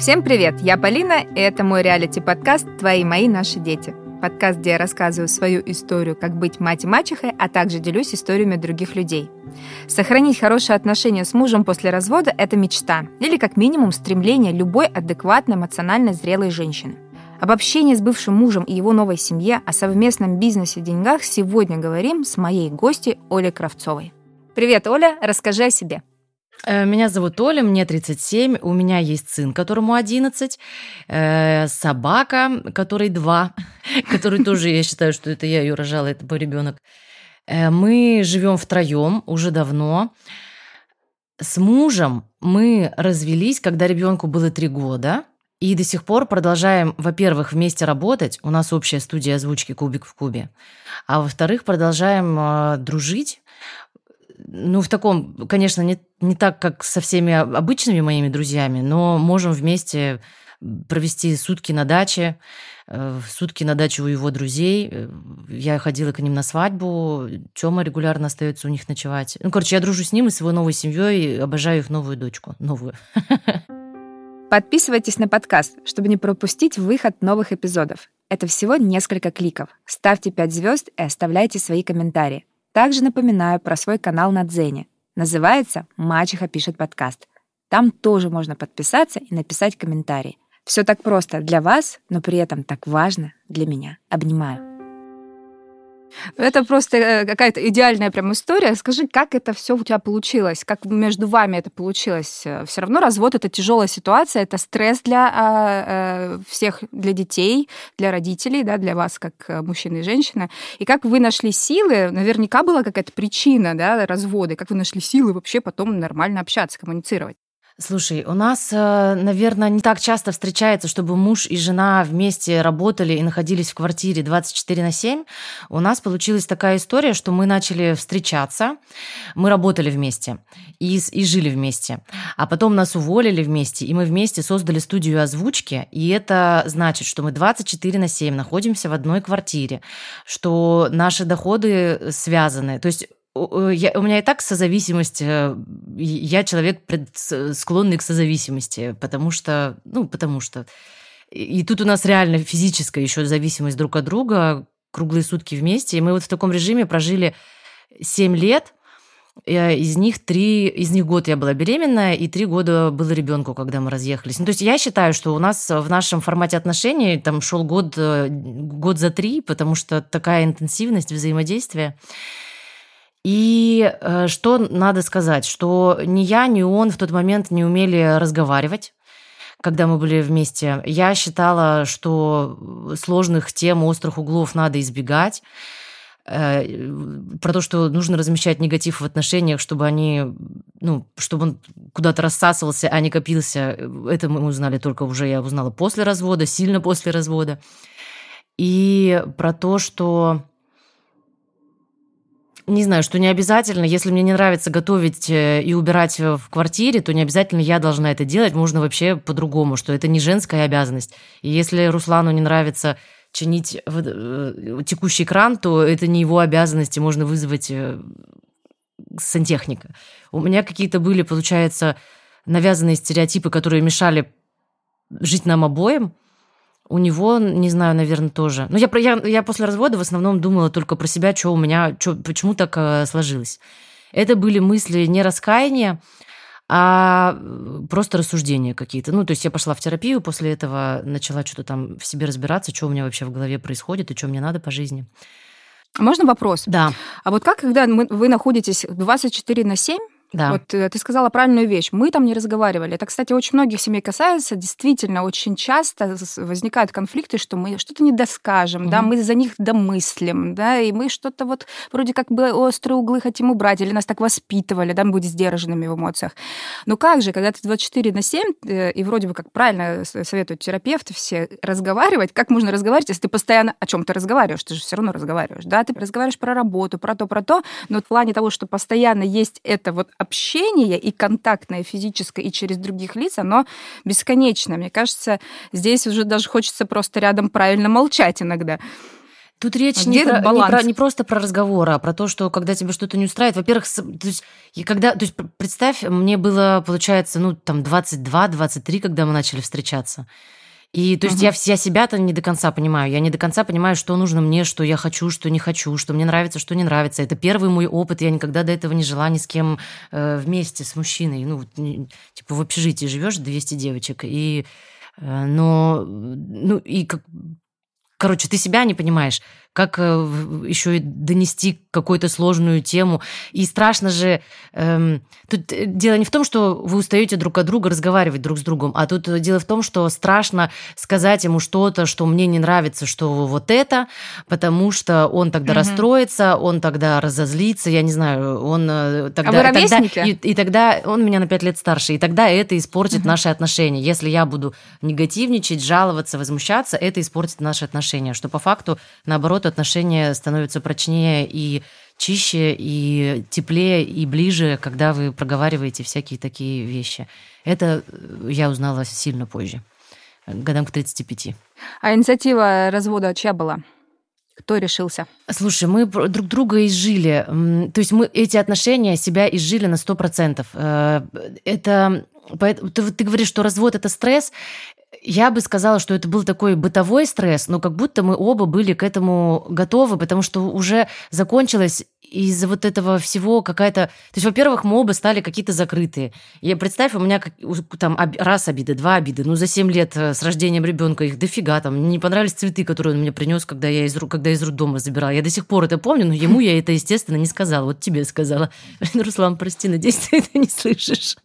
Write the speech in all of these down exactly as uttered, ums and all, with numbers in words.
Всем привет, я Полина, и это мой реалити-подкаст «Твои, мои, наши дети». Подкаст, где я рассказываю свою историю, как быть мать и мачехой, а также делюсь историями других людей. Сохранить хорошие отношения с мужем после развода – это мечта, или как минимум стремление любой адекватной, эмоционально зрелой женщины. Об общении с бывшим мужем и его новой семье, о совместном бизнесе и деньгах сегодня говорим с моей гостьей Олей Кравцовой. Привет, Оля, расскажи о себе. Меня зовут Оля, мне тридцать семь, у меня есть сын, которому одиннадцать, собака, которой два, который тоже, я считаю, что это я ее рожала, это мой ребенок. Мы живем втроем уже давно. С мужем мы развелись, когда ребенку было три года, и до сих пор продолжаем, во-первых, вместе работать, у нас общая студия озвучки «Кубик в кубе», а во-вторых, продолжаем э, дружить. Ну, в таком, конечно, не, не так, как со всеми обычными моими друзьями, но можем вместе провести сутки на даче, сутки на даче у его друзей. Я ходила к ним на свадьбу, Тёма регулярно остается у них ночевать. Ну, короче, я дружу с ним и с его новой семьей, обожаю их новую дочку, новую. Подписывайтесь на подкаст, чтобы не пропустить выход новых эпизодов. Это всего несколько кликов. Ставьте пять звезд и оставляйте свои комментарии. Также напоминаю про свой канал на Дзене. Называется «Мачеха пишет подкаст». Там тоже можно подписаться и написать комментарий. Все так просто для вас, но при этом так важно для меня. Обнимаю. Это просто какая-то идеальная прям история. Скажи, как это все у тебя получилось? Как между вами это получилось? Все равно развод — это тяжелая ситуация, это стресс для э, всех, для детей, для родителей, да, для вас как мужчины и женщины. И как вы нашли силы? Наверняка была какая-то причина, да, развода. Как вы нашли силы вообще потом нормально общаться, коммуницировать? Слушай, у нас, наверное, не так часто встречается, чтобы муж и жена вместе работали и находились в квартире двадцать четыре на семь. У нас получилась такая история, что мы начали встречаться, мы работали вместе и, и жили вместе. А потом нас уволили вместе, и мы вместе создали студию озвучки. И это значит, что мы двадцать четыре на семь находимся в одной квартире, что наши доходы связаны. То есть Я, у меня и так созависимость, я человек склонный к созависимости, потому что, ну, потому что... И тут у нас реально физическая еще зависимость друг от друга, круглые сутки вместе, и мы вот в таком режиме прожили семь лет, из них три, из них год я была беременная, и три года было ребенку, когда мы разъехались. Ну, то есть я считаю, что у нас в нашем формате отношений там шел год, год за три, потому что такая интенсивность взаимодействия. И э, что надо сказать, что ни я, ни он в тот момент не умели разговаривать, когда мы были вместе. Я считала, что сложных тем, острых углов надо избегать, э, про то, что нужно размещать негатив в отношениях, чтобы они, ну, чтобы он куда-то рассасывался, а не копился. Это мы узнали только уже, я узнала после развода, сильно после развода. И про то, что... Не знаю, что не обязательно, если мне не нравится готовить и убирать в квартире, то не обязательно я должна это делать, можно вообще по-другому, что это не женская обязанность. И если Руслану не нравится чинить текущий кран, то это не его обязанность, и можно вызвать сантехника. У меня какие-то были, получается, навязанные стереотипы, которые мешали жить нам обоим. У него, не знаю, наверное, тоже. Но я, я, я после развода в основном думала только про себя, что у меня, что, почему так э, сложилось. Это были мысли не раскаяния, а просто рассуждения какие-то. Ну, то есть я пошла в терапию, после этого начала что-то там в себе разбираться, что у меня вообще в голове происходит и что мне надо по жизни. Можно вопрос? Да. А вот как, когда мы, вы находитесь двадцать четыре на семь, Да. Вот ты сказала правильную вещь. Мы там не разговаривали. Это, кстати, очень многих семей касается. Действительно, очень часто возникают конфликты, что мы что-то недоскажем, mm-hmm. да, мы за них домыслим, да, и мы что-то вот вроде как бы острые углы хотим убрать, или нас так воспитывали, да, мы быть сдержанными в эмоциях. Но как же, когда ты двадцать четыре на семь, и вроде бы как правильно советуют терапевты все разговаривать, как можно разговаривать, если ты постоянно о чем-то разговариваешь, ты же все равно разговариваешь, да, ты разговариваешь про работу, про то, про то, но в плане того, что постоянно есть это вот общение и контактное физическое и через других лиц, оно бесконечно. Мне кажется, здесь уже даже хочется просто рядом правильно молчать иногда. Тут речь А не, где про, этот не, баланс? про- не просто про разговор, а про то, что когда тебе что-то не устраивает. Во-первых, с- то есть, и когда, то есть п- представь, мне было, получается, ну, там, двадцать два двадцать три, когда мы начали встречаться. И то есть Мгм. я, вс- я себя-то не до конца понимаю. Я не до конца понимаю, что нужно мне, что я хочу, что не хочу, что мне нравится, что не нравится. Это первый мой опыт. Я никогда до этого не жила ни с кем э, вместе, с мужчиной. Ну, вот, не- типа в общежитии живешь, двести девочек. И, э, но, ну, и как, короче, ты себя не понимаешь, как еще и донести какую-то сложную тему. И страшно же... эм, тут дело не в том, что вы устаете друг от друга разговаривать друг с другом, а тут дело в том, что страшно сказать ему что-то, что мне не нравится, что вот это, потому что он тогда Мгм. расстроится, он тогда разозлится, я не знаю, он э, тогда... А вы тогда- ровесники? и, и тогда он меня на пять лет старше, и тогда это испортит Мгм. наши отношения. Если я буду негативничать, жаловаться, возмущаться, это испортит наши отношения, что по факту, наоборот, отношения становятся прочнее и чище, и теплее, и ближе, когда вы проговариваете всякие такие вещи. Это э, я узнала сильно позже, годам к тридцати пяти. А инициатива развода чья была? Кто решился? Слушай, мы пр- друг друга изжили. М, То есть мы эти отношения себя изжили на сто процентов. Э, Это... поэт- Ты, ты говоришь, что развод – это стресс. Я бы сказала, что это был такой бытовой стресс, но как будто мы оба были к этому готовы, потому что уже закончилась из-за вот этого всего какая-то... То есть, во-первых, мы оба стали какие-то закрытые. И представь, у меня как- у- там об- раз обиды, два обиды. Ну, за семь лет э, с рождением ребенка их дофига. Там мне не понравились цветы, которые он мне принес, когда я из, ру- когда из роддома забирала. Я до сих пор это помню, но ему я это, естественно, не сказала. Вот тебе сказала. Руслан, прости, надеюсь, ты это не слышишь.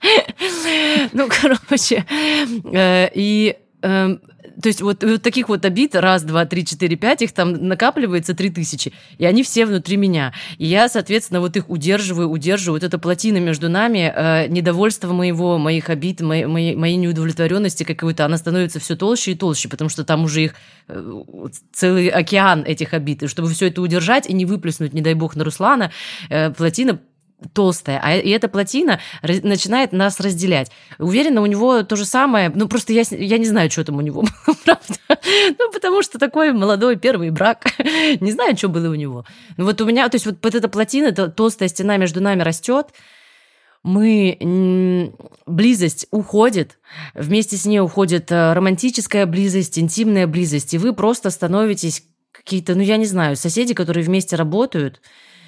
Ну, короче, э, и... эм, то есть вот, вот таких вот обид, раз, два, три, четыре, пять, их там накапливается три тысячи, и они все внутри меня. И я, соответственно, вот их удерживаю, удерживаю. Вот эта плотина между нами, э, недовольство моего, моих обид, моей, моей, моей неудовлетворенности какой-то, она становится все толще и толще, потому что там уже их э, целый океан этих обид. И чтобы все это удержать и не выплеснуть, не дай бог, на Руслана, э, плотина толстая, а и эта плотина раз- начинает нас разделять. Уверена, у него то же самое, ну просто я, с- я не знаю, что там у него было, правда. Ну потому что такой молодой первый брак, не знаю, что было у него. Ну вот у меня, то есть вот, вот эта плотина, эта толстая стена между нами растет, мы м, близость уходит, вместе с ней уходит э, романтическая близость, интимная близость, и вы просто становитесь какие-то, ну я не знаю, соседи, которые вместе работают,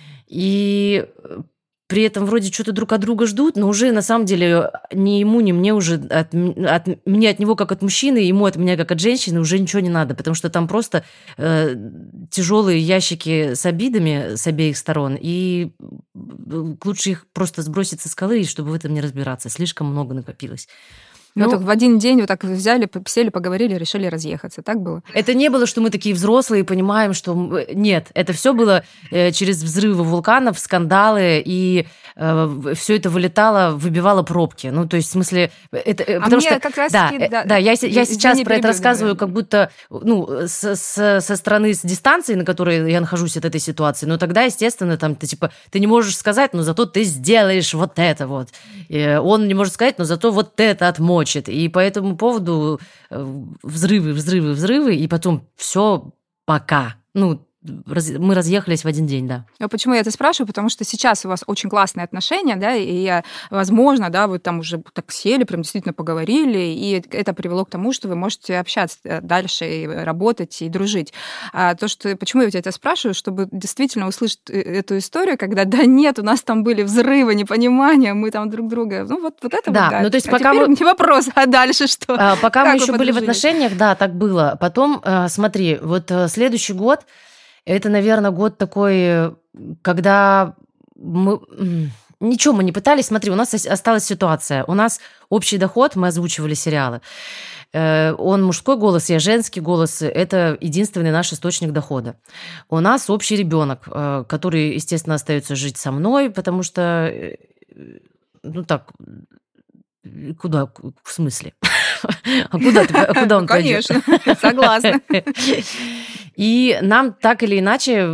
и э, при этом вроде что-то друг от друга ждут, но уже на самом деле ни ему, ни мне уже от, м- от- мне от него как от мужчины, ему от меня как от женщины уже ничего не надо, потому что там просто э, тяжелые ящики с обидами с обеих сторон, и э, лучше их просто сбросить со скалы, чтобы в этом не разбираться. Слишком много накопилось. Ну, Ну, так в один день вот так взяли, п- сели, поговорили, решили разъехаться. Так было? это не было, что мы такие взрослые и понимаем, что... м, э, Нет, это все было э, через взрывы вулканов, скандалы, и все это вылетало, выбивало пробки. Ну, то есть, в смысле... Это, э, А потому мне что... как раз Да, таки, э, да, да, я, се- я извини, сейчас про это перебью, рассказываю, говори. как будто, ну, с- с- со стороны, с дистанции, на которой я нахожусь от этой ситуации. Но тогда, естественно, там, ты, типа, ты не можешь сказать, но зато ты сделаешь вот это вот. И он не может сказать, но зато вот это отмочит. И по этому поводу э, взрывы, взрывы, взрывы, и потом все пока. Ну, раз- мы разъехались в один день, да. А почему я это спрашиваю? Потому что сейчас у вас очень классные отношения, да, и, я, возможно, да, вы там уже так сели, прям действительно поговорили, и это привело к тому, что вы можете общаться дальше, и работать, и дружить. А то, что... Почему я тебя это спрашиваю? Чтобы действительно услышать эту историю, когда, да нет, у нас там были взрывы, непонимания, мы там друг друга... Ну, вот, вот это Да, вот, да. ну, то есть А пока теперь мы- не вопрос, а дальше что? А, Пока Как мы вы еще были в подружились? отношениях, да, так было. Потом, э, смотри, вот э, следующий год, это, наверное, год такой, э, когда мы... м, Ничего мы не пытались. Смотри, у нас ос- осталась ситуация. У нас общий доход, мы озвучивали сериалы. Э, Он мужской голос, я женский голос. Это единственный наш источник дохода. У нас общий ребенок, э, который, естественно, остается жить со мной, потому что, э, ну так, э, куда, в смысле? А куда, ты, а куда он Ну, пойдет? конечно, согласна. И нам так или иначе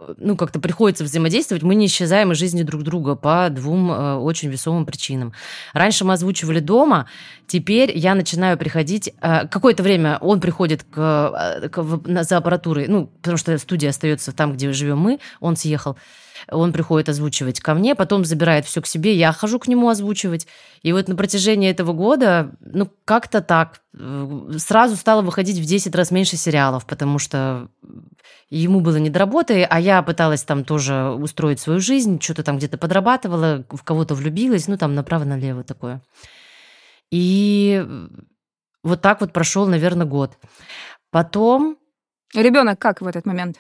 ну, как-то приходится взаимодействовать, мы не исчезаем из жизни друг друга по двум э, очень весомым причинам. Раньше мы озвучивали дома, теперь я начинаю приходить... Э, какое-то время он приходит к, к, за аппаратурой, ну, потому что студия остается там, где живем мы, он съехал. Он приходит озвучивать ко мне, потом забирает все к себе, я хожу к нему озвучивать. И вот на протяжении этого года, ну, как-то так, сразу стало выходить в десять раз меньше сериалов, потому что ему было не до работы, а я пыталась там тоже устроить свою жизнь, что-то там где-то подрабатывала, в кого-то влюбилась, ну, там направо-налево такое. И вот так вот прошел, наверное, год. Потом... Ребенок как в этот момент?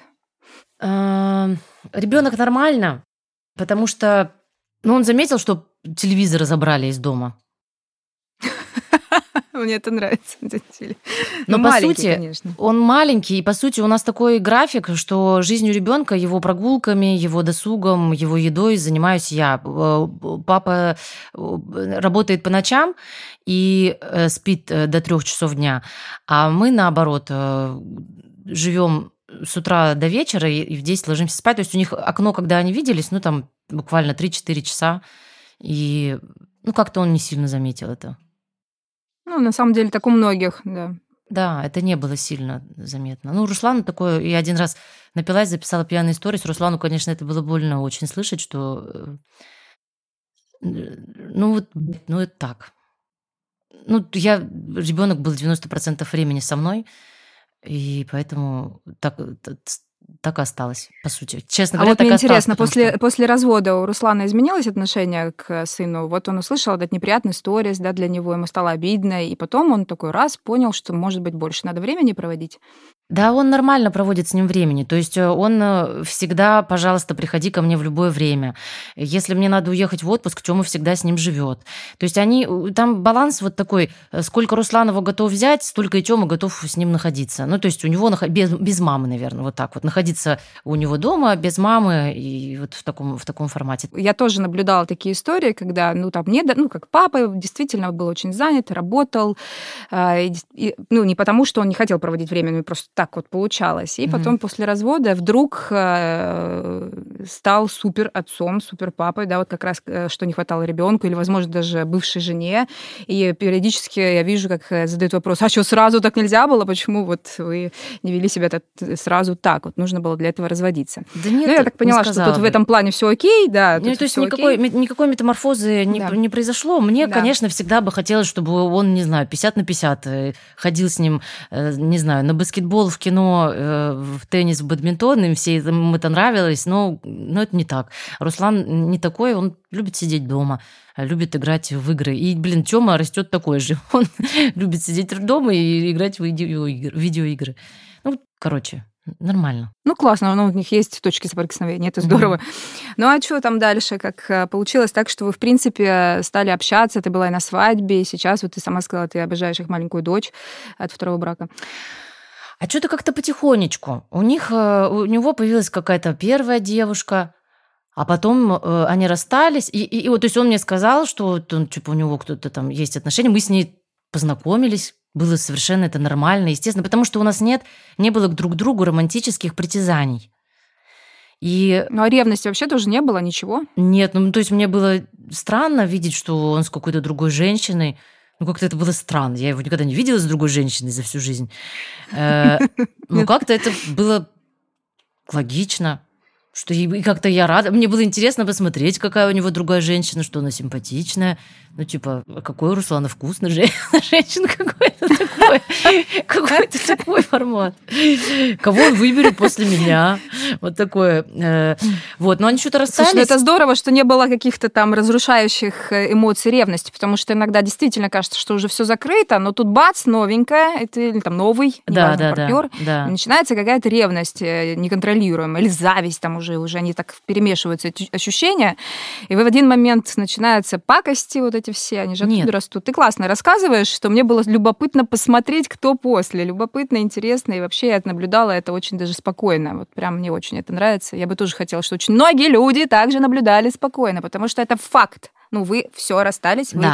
Ребенок нормально, потому что ну, он заметил, что телевизор забрали из дома. Мне это нравится. Но, по сути, конечно. Он маленький, и, по сути, у нас такой график, что жизнью ребенка, его прогулками, его досугом, его едой занимаюсь я. Папа работает по ночам и спит до трех часов дня, а мы, наоборот, живем с утра до вечера и в десять ложимся спать. То есть у них окно, когда они виделись, ну, там буквально три-четыре часа. И, ну, как-то он не сильно заметил это. Ну, на самом деле, так у многих, да. Да, это не было сильно заметно. Ну, Руслану такое... Я один раз напилась, записала пьяную историю. С Руслану, конечно, это было больно очень слышать, что... Ну, вот, ну, это так. Ну, я... Ребенок был девяносто процентов времени со мной, и поэтому так, так и осталось, по сути. Честно говоря, а вот так мне и интересно, осталось, после, что... после развода у Руслана изменилось отношение к сыну? Вот он услышал этот неприятный сторис, да, для него, ему стало обидно, и потом он такой раз понял, что, может быть, больше надо времени проводить. Да, он нормально проводит с ним времени. То есть он всегда, пожалуйста, приходи ко мне в любое время. Если мне надо уехать в отпуск, Тёма всегда с ним живет. То есть они, там баланс вот такой, сколько Руслан его готов взять, столько и Тёма готов с ним находиться. Ну, то есть у него без, без мамы, наверное, вот так вот. Находиться у него дома без мамы и вот в таком, в таком формате. Я тоже наблюдала такие истории, когда, ну, там, мне, ну, как папа действительно был очень занят, работал, и, и, ну, не потому, что он не хотел проводить время, но просто так вот получалось. И mm-hmm. потом после развода вдруг э, стал супер отцом, супер папой, да, вот как раз, что не хватало ребенку или, возможно, даже бывшей жене. И периодически я вижу, как задают вопрос, а что, сразу так нельзя было? Почему вот вы не вели себя так, сразу так? Вот нужно было для этого разводиться. Да нет, ну, я так поняла, что тут в этом плане все окей, да. Ну, то есть никакой, никакой метаморфозы не, да. не произошло. Мне, да. конечно, всегда бы хотелось, чтобы он, не знаю, пятьдесят на пятьдесят ходил с ним, не знаю, на баскетбол, в кино, в теннис, в бадминтон, им все им это нравилось, но, но это не так. Руслан не такой, он любит сидеть дома, любит играть в игры. И, блин, Тёма растет такой же. Он любит сидеть дома и играть в видеоигры. видеоигры. Ну, короче, нормально. Ну, классно, но у них есть точки соприкосновения, это здорово. Mm-hmm. Ну, а что там дальше? Как получилось так, что вы, в принципе, стали общаться, ты была и на свадьбе, и сейчас вот ты сама сказала, ты обожаешь их маленькую дочь от второго брака. А что-то как-то потихонечку. У них, у него появилась какая-то первая девушка, а потом э, они расстались. И, и, и вот, то есть он мне сказал, что он, типа, у него кто-то там есть отношения. Мы с ней познакомились. Было совершенно это нормально, естественно, потому что у нас нет, не было друг к другу романтических притязаний. И... Ну, а ревности вообще тоже не было, ничего? Нет, ну, то есть мне было странно видеть, что он с какой-то другой женщиной. Ну, как-то это было странно. Я его никогда не видела с другой женщиной за всю жизнь. Ну, как-то это было логично. Что и как-то я рада. Мне было интересно посмотреть, какая у него другая женщина, что она симпатичная. Ну, типа, какой у Руслана вкусный женщина, какой-то такой. Какой-то такой формат. Кого он выберет после меня? Вот такое. Вот, но они что-то расстались. Слушай, ну это здорово, что не было каких-то там разрушающих эмоций ревности, потому что иногда действительно кажется, что уже все закрыто, но тут бац, новенькая, это, или там новый, да, неважно, да, партнер, да, да. начинается какая-то ревность неконтролируемая, или зависть там уже, уже они так перемешиваются, ощущения, и в один момент начинаются пакости вот эти все, они же оттуда Нет. растут. Ты классно рассказываешь, что мне было любопытно посмотреть, кто после. Любопытно, интересно, и вообще я наблюдала это очень даже спокойно. Вот прям мне очень это нравится. Я бы тоже хотела, что очень многие люди также наблюдали спокойно, потому что это факт. Ну, вы все расстались, вы да.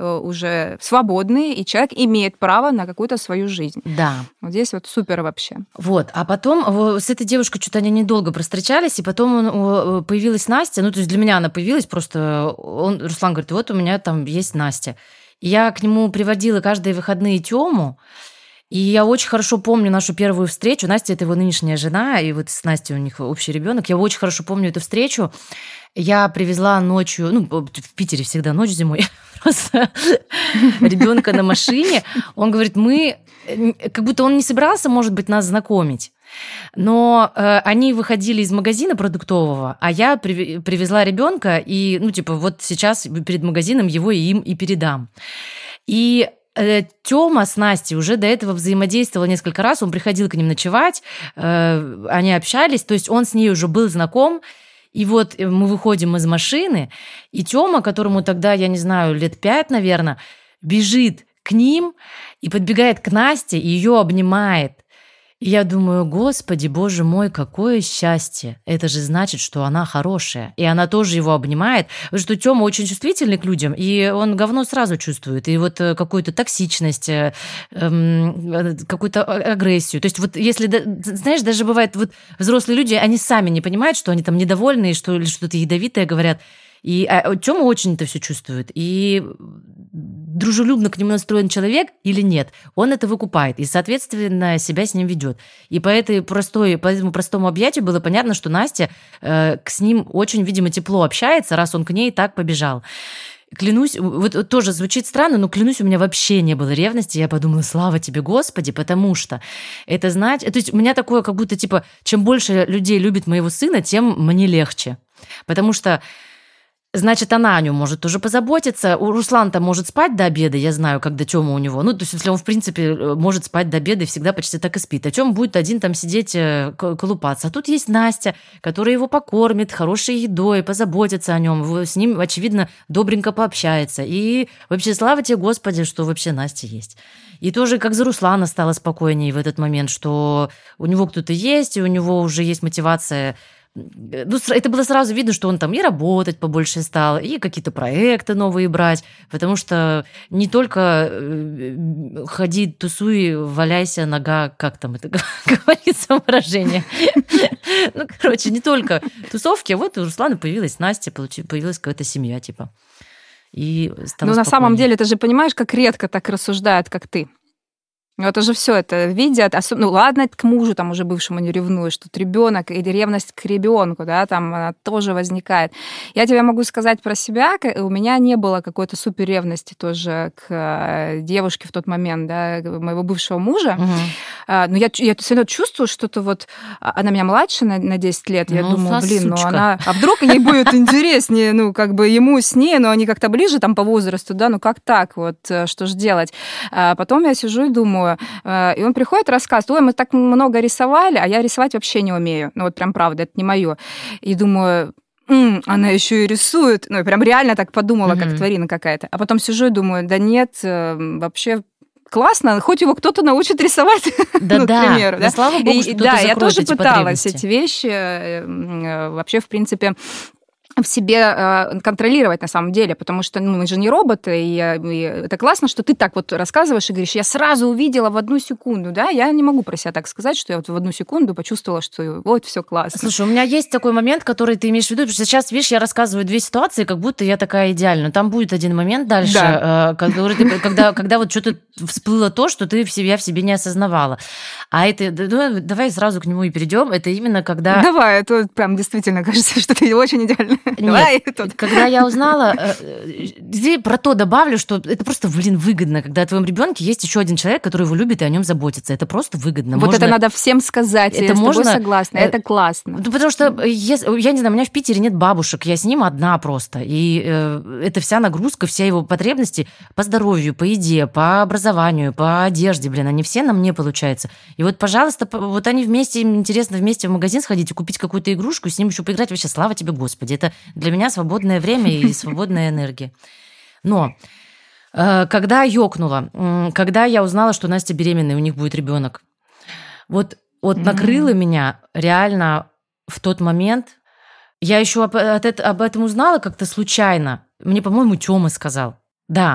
уже свободные, и человек имеет право на какую-то свою жизнь. Да. Вот здесь вот супер вообще. Вот, а потом с этой девушкой что-то они недолго простречались, и потом появилась Настя, ну, то есть для меня она появилась, просто он, Руслан говорит, вот у меня там есть Настя. И я к нему приводила каждые выходные Тему, и я очень хорошо помню нашу первую встречу. Настя – это его нынешняя жена, и вот с Настей у них общий ребенок. Я очень хорошо помню эту встречу. Я привезла ночью, ну, в Питере всегда ночь зимой, просто ребенка на машине. Он говорит, мы, как будто он не собирался, может быть, нас знакомить. Но э, они выходили из магазина продуктового, а я при, привезла ребенка, и, ну, типа, вот сейчас перед магазином его и им и передам. И э, Тёма с Настей уже до этого взаимодействовал несколько раз, он приходил к ним ночевать, э, они общались, то есть он с ней уже был знаком. И вот мы выходим из машины, и Тёма, которому тогда, я не знаю, лет пять, наверное, бежит к ним и подбегает к Насте и ее обнимает. И я думаю, господи, боже мой, какое счастье. Это же значит, что она хорошая. И она тоже его обнимает. Потому что Тёма очень чувствительный к людям, и он говно сразу чувствует. И вот какую-то токсичность, эм, какую-то агрессию. То есть вот если, знаешь, даже бывает, вот взрослые люди, они сами не понимают, что они там недовольны, что, или что-то ядовитое говорят. И а Тёма очень это все чувствует. И дружелюбно к нему настроен человек или нет, он это выкупает и, соответственно, себя с ним ведет. И по, этой простой, по этому простому объятию было понятно, что Настя э, с ним очень, видимо, тепло общается, раз он к ней так побежал. Клянусь, вот тоже звучит странно, но клянусь, у меня вообще не было ревности. Я подумала, слава тебе, Господи, потому что это знать... То есть у меня такое, как будто, типа, чем больше людей любит моего сына, тем мне легче. Потому что значит, она о нем может тоже позаботиться. У Руслана-то может спать до обеда, я знаю, когда Тёма у него. Ну, то есть, если он, в принципе, может спать до обеда и всегда почти так и спит. А Тёма будет один там сидеть, колупаться. А тут есть Настя, которая его покормит хорошей едой, позаботится о нем, с ним, очевидно, добренько пообщается. И вообще, слава тебе, Господи, что вообще Настя есть. И тоже как за Руслана стало спокойнее в этот момент, что у него кто-то есть, и у него уже есть мотивация. Ну, это было сразу видно, что он там и работать побольше стал, и какие-то проекты новые брать, потому что не только ходи, тусуй, валяйся, нога, как там это говорится выражение. Ну, короче, не только тусовки, а вот у Руслана появилась Настя, появилась какая-то семья, типа. И стало ну, на самом деле, ты же понимаешь, как редко так рассуждают, как ты. Это же все это видят, ну ладно, к мужу там уже бывшему не ревнуешь, тут ребенок или ревность к ребенку, да, там она тоже возникает. Я тебе могу сказать про себя, у меня не было какой-то супер ревности тоже к девушке в тот момент, да, моего бывшего мужа, угу. Но я, я все равно чувствую что-то вот, она меня младше на, на десять лет, я ну, думаю, блин, ну она, а вдруг ей будет интереснее, ну как бы ему с ней, но они как-то ближе там по возрасту, да, ну как так, вот что же делать? А потом я сижу и думаю, и он приходит и рассказывает, ой, мы так много рисовали, а я рисовать вообще не умею. Ну вот прям правда, это не мое. И думаю, М, она еще и рисует. Ну, я прям реально так подумала, mm-hmm. как тварина какая-то. А потом сижу и думаю, да нет, вообще классно, хоть его кто-то научит рисовать, да, ну, да. к примеру. Да, да, слава богу, и, что да, кто-то я тоже эти пыталась эти вещи вообще, в принципе, в себе э, контролировать на самом деле, потому что ну, мы же не роботы, и, и это классно, что ты так вот рассказываешь и говоришь, я сразу увидела в одну секунду, да, я не могу про себя так сказать, что я вот в одну секунду почувствовала, что вот, все классно. Слушай, у меня есть такой момент, который ты имеешь в виду, потому что сейчас, видишь, я рассказываю две ситуации, как будто я такая идеальная, там будет один момент дальше, да. э, который ты, когда, когда вот что-то всплыло то, что ты в себе, в себе не осознавала, а это, ну, давай сразу к нему и перейдем, это именно когда... Давай, это прям действительно кажется, что ты очень идеальная. Нет, тут. Когда я узнала, э, про то добавлю, что это просто, блин, выгодно, когда о твоем ребенке есть еще один человек, который его любит и о нем заботится. Это просто выгодно. Вот можно... это надо всем сказать, это я можно... с тобой согласна, это классно. Ну, потому что, я, я не знаю, у меня в Питере нет бабушек, я с ним одна просто. И э, это вся нагрузка, все его потребности по здоровью, по еде, по образованию, по одежде, блин, они все на мне, получается. И вот, пожалуйста, вот они вместе, им интересно вместе в магазин сходить и купить какую-то игрушку, и с ним еще поиграть. Вообще, слава тебе, Господи. Это для меня свободное время и свободная энергия. Но э, когда ёкнула, э, когда я узнала, что Настя беременная, у них будет ребенок, вот, вот mm-hmm. накрыло меня реально в тот момент. Я еще об, от, об этом узнала как-то случайно. Мне, по-моему, Тёма сказал. Да,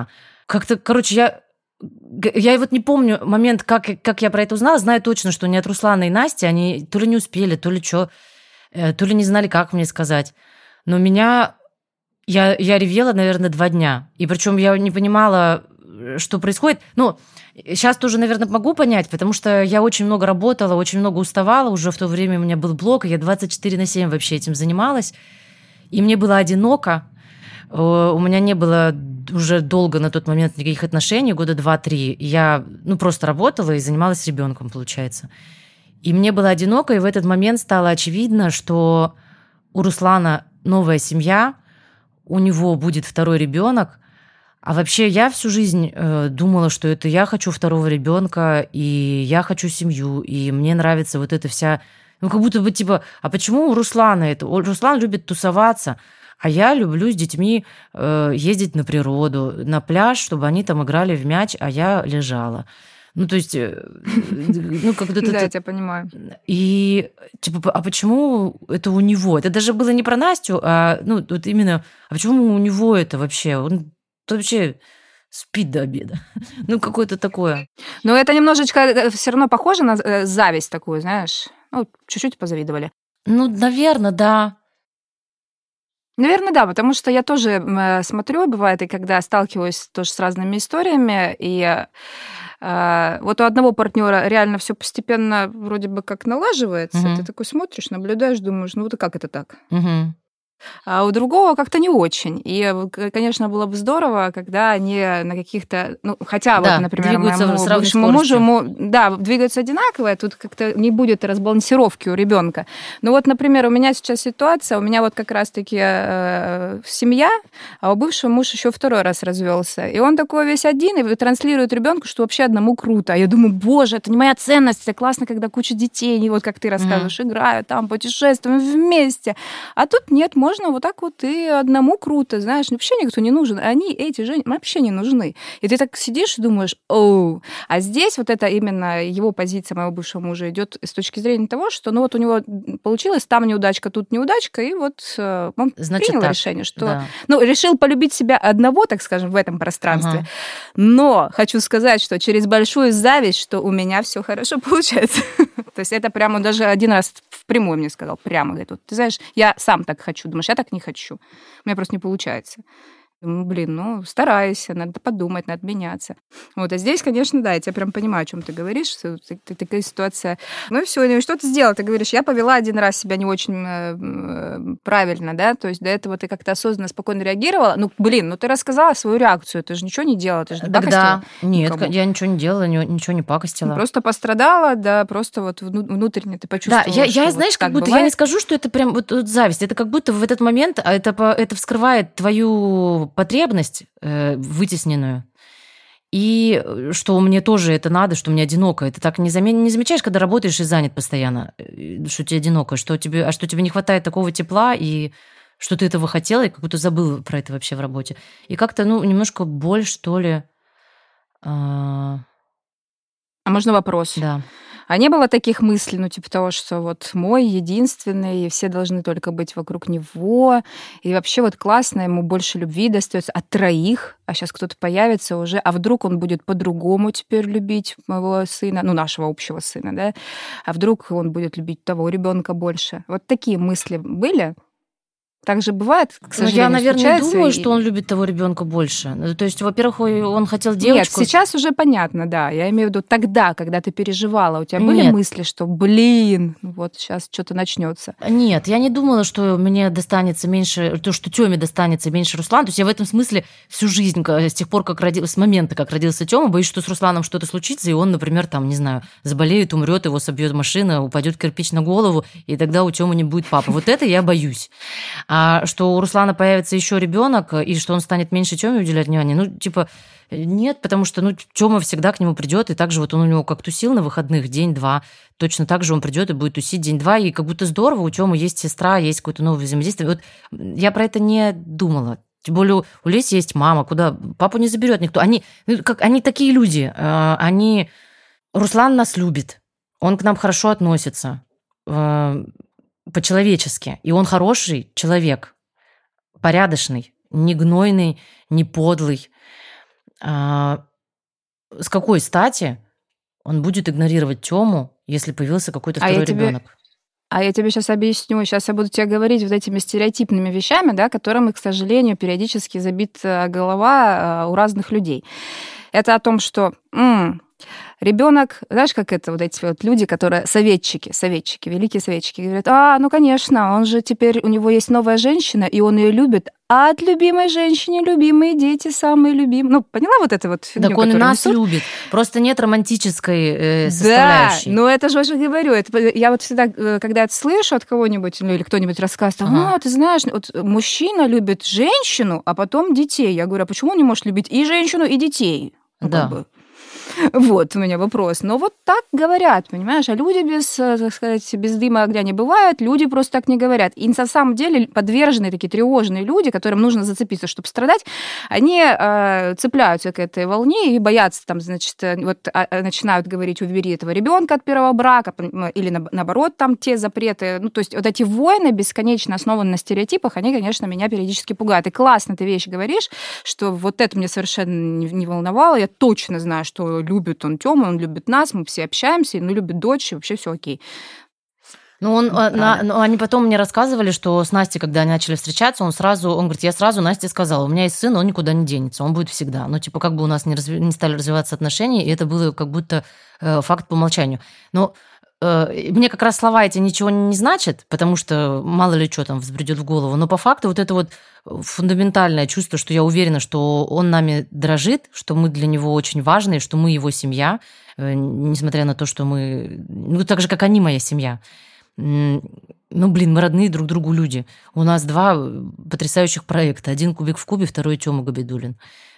Как-то, короче, я... Я вот не помню момент, как, как я про это узнала. Знаю точно, что не от Руслана и Насти. Они то ли не успели, то ли что, то ли не знали, как мне сказать. Но меня... Я, я ревела, наверное, два дня. И причем я не понимала, что происходит. Ну, сейчас тоже, наверное, могу понять, потому что я очень много работала, очень много уставала. Уже в то время у меня был блог, и я двадцать четыре на семь вообще этим занималась. И мне было одиноко. У меня не было уже долго на тот момент никаких отношений, года два-три. Я ну, просто работала и занималась ребенком, получается. И мне было одиноко, и в этот момент стало очевидно, что у Руслана новая семья, у него будет второй ребенок. А вообще я всю жизнь э, думала, что это я хочу второго ребенка, и я хочу семью, и мне нравится вот эта вся... Ну, как будто бы типа, а почему у Руслана это? Руслан любит тусоваться. А я люблю с детьми э, ездить на природу, на пляж, чтобы они там играли в мяч, а я лежала. Ну, то есть, э, ну, как-то... Да, я тебя понимаю. И, типа, а почему это у него? Это даже было не про Настю, а, ну, вот именно, а почему у него это вообще? Он вообще спит до обеда. Ну, какое-то такое. Но это немножечко все равно похоже на зависть такую, знаешь. Ну, чуть-чуть позавидовали. Ну, наверное, да. Наверное, да, потому что я тоже смотрю, бывает, и когда сталкиваюсь тоже с разными историями, и э, вот у одного партнера реально все постепенно вроде бы как налаживается, угу. Ты такой смотришь, наблюдаешь, думаешь, ну вот и как это так? Угу. А у другого как-то не очень. И, конечно, было бы здорово, когда они на каких-то... Ну, хотя да, вот, например, моему бывшему мужу, ему, да, двигаются одинаково, тут как-то не будет разбалансировки у ребенка. Но вот, например, у меня сейчас ситуация, у меня вот как раз-таки э, семья, а у бывшего муж еще второй раз развелся. И он такой весь один, и транслирует ребенку, что вообще одному круто. А я думаю, боже, это не моя ценность, это классно, когда куча детей, и вот как ты рассказываешь, mm-hmm. играют, там, путешествуем вместе. А тут нет, можно вот так вот и одному круто, знаешь, вообще никто не нужен. Они, эти же, вообще не нужны. И ты так сидишь и думаешь, оу. А здесь вот это именно его позиция моего бывшего мужа идет с точки зрения того, что ну вот у него получилось, там неудачка, тут неудачка, и вот он Значит, принял так. решение, что... Да. Ну, решил полюбить себя одного, так скажем, в этом пространстве. Ага. Но хочу сказать, что через большую зависть, что у меня все хорошо получается. То есть это прямо даже один раз впрямую мне сказал, прямо, говорит, вот, ты знаешь, я сам так хочу, думаешь, я так не хочу, у меня просто не получается. Думаю, блин, ну, старайся, надо подумать, надо меняться. Вот, а здесь, конечно, да, я тебя прям понимаю, о чем ты говоришь, что такая ситуация. Ну и все, и что ты сделала? Ты говоришь, я повела один раз себя не очень э, правильно, да, то есть до этого ты как-то осознанно, спокойно реагировала. Ну, блин, ну ты рассказала свою реакцию, ты же ничего не делала, ты же не пакостила. Нет, никому. Я ничего не делала, ничего не пакостила. Просто пострадала, да, просто вот внутренне ты почувствовала. Да, я, я вот знаешь, как будто, бывает. я не скажу, что это прям вот, вот зависть, это как будто в этот момент это, это вскрывает твою потребность э, вытесненную. И что мне тоже это надо, что мне одиноко. Это так не, зам... не замечаешь, когда работаешь и занят постоянно, что тебе одиноко, что тебе... а что тебе не хватает такого тепла, и что ты этого хотела, и как будто забыл про это вообще в работе. И как-то, ну, немножко боль, что ли. А, а можно вопрос? Да. А не было таких мыслей, ну, типа того, что вот мой единственный, и все должны только быть вокруг него, и вообще вот классно, ему больше любви достается от троих, а сейчас кто-то появится уже, а вдруг он будет по-другому теперь любить моего сына, ну, нашего общего сына, да, а вдруг он будет любить того ребенка больше. Вот такие мысли были? Так же бывает, к сожалению, ну, я, наверное, думаю, и... что он любит того ребенка больше. То есть, во-первых, он хотел девочку. Нет, сейчас уже понятно, да. Я имею в виду тогда, когда ты переживала, у тебя были Нет. мысли, что, блин, вот сейчас что-то начнется? Нет, я не думала, что мне достанется меньше, то, что Тёме достанется меньше Руслана. То есть я в этом смысле всю жизнь, с тех пор, как родилась, с момента, как родился Тёма, боюсь, что с Русланом что-то случится, и он, например, там, не знаю, заболеет, умрет, его собьет машина, упадет кирпич на голову, и тогда у Тёмы не будет папы. Вот это я боюсь. А что у Руслана появится еще ребенок, и что он станет меньше Тёме уделять внимание, ну, типа, нет, потому что, ну, Тёма всегда к нему придет, и также вот он у него как тусил на выходных день-два, точно так же он придет и будет тусить день-два, и как будто здорово, у Тёмы есть сестра, есть какое-то новое взаимодействие. Вот я про это не думала. Тем более у Леси есть мама, куда папу не заберет никто. Они, ну, как, они такие люди, они... Руслан нас любит, он к нам хорошо относится, по-человечески, и он хороший человек, порядочный, не гнойный, не подлый. А, с какой стати он будет игнорировать Тему, если появился какой-то А я второй тебе, ребенок? а я тебе сейчас объясню. Сейчас я буду тебе говорить вот этими стереотипными вещами, да, которыми, к сожалению, периодически забита голова а, у разных людей. Это о том, что м, ребенок, знаешь, как это вот эти вот люди, которые советчики, советчики, великие советчики, говорят, а, ну, конечно, он же теперь, у него есть новая женщина, и он ее любит, а от любимой женщины любимые дети самые любимые. Ну, поняла вот эту вот фигню, Так он и которую нас несут? любит. Просто нет романтической э, Да, составляющей. ну это же уже говорю. Это, я вот всегда, э, когда это слышу от кого-нибудь, ну или кто-нибудь рассказывает, а, Ага. ты знаешь, вот мужчина любит женщину, а потом детей. Я говорю, а почему он не может любить и женщину, и детей? Ну, Да. как бы. Вот у меня вопрос. Но вот так говорят, понимаешь? А люди без, э, так сказать, без дыма огня не бывает, люди просто так не говорят. И на самом деле подверженные такие тревожные люди, которым нужно зацепиться, чтобы страдать, они э, цепляются к этой волне и боятся, там, значит, э, вот а, начинают говорить, убери этого ребенка от первого брака, или на, наоборот, там те запреты. Ну, то есть вот эти войны бесконечно основаны на стереотипах, они, конечно, меня периодически пугают. И классно ты вещь говоришь, что вот это меня совершенно не, не волновало. Я точно знаю, что любит он Тёму, он любит нас, мы все общаемся, ну, любит дочь, и вообще все окей. Ну, он, Ну, а, на- правда. ну, они потом мне рассказывали, что с Настей, когда они начали встречаться, он сразу, он говорит, я сразу Насте сказала, у меня есть сын, он никуда не денется, он будет всегда. Ну, типа, как бы у нас не, разви- не стали развиваться отношения, и это было как будто э, факт по умолчанию. Но э, мне как раз слова эти ничего не значат, потому что мало ли что там взбредет в голову, но по факту вот это вот фундаментальное чувство, что я уверена, что он нами дрожит, что мы для него очень важны, что мы его семья, э, несмотря на то, что мы... Ну, так же, как они моя семья. М, Ну, блин, мы родные друг другу люди. У нас два потрясающих проекта. Один «Кубик в кубе», второй Тёма Габидуллин.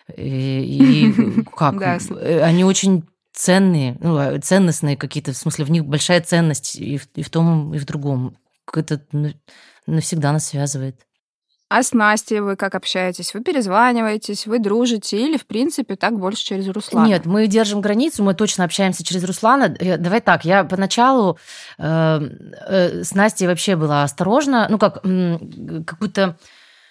И, и как? Да, с- Э, Они очень ценные, ну, а, ценностные какие-то, в смысле, в них большая ценность и в, и в том, и в другом. Это ну, навсегда нас связывает. А с Настей вы как общаетесь? Вы перезваниваетесь, вы дружите или, в принципе, так больше через Руслана? Нет, мы держим границу, мы точно общаемся через Руслана. Э, Давай так, я поначалу э, э, с Настей вообще была осторожна, ну как, м, как будто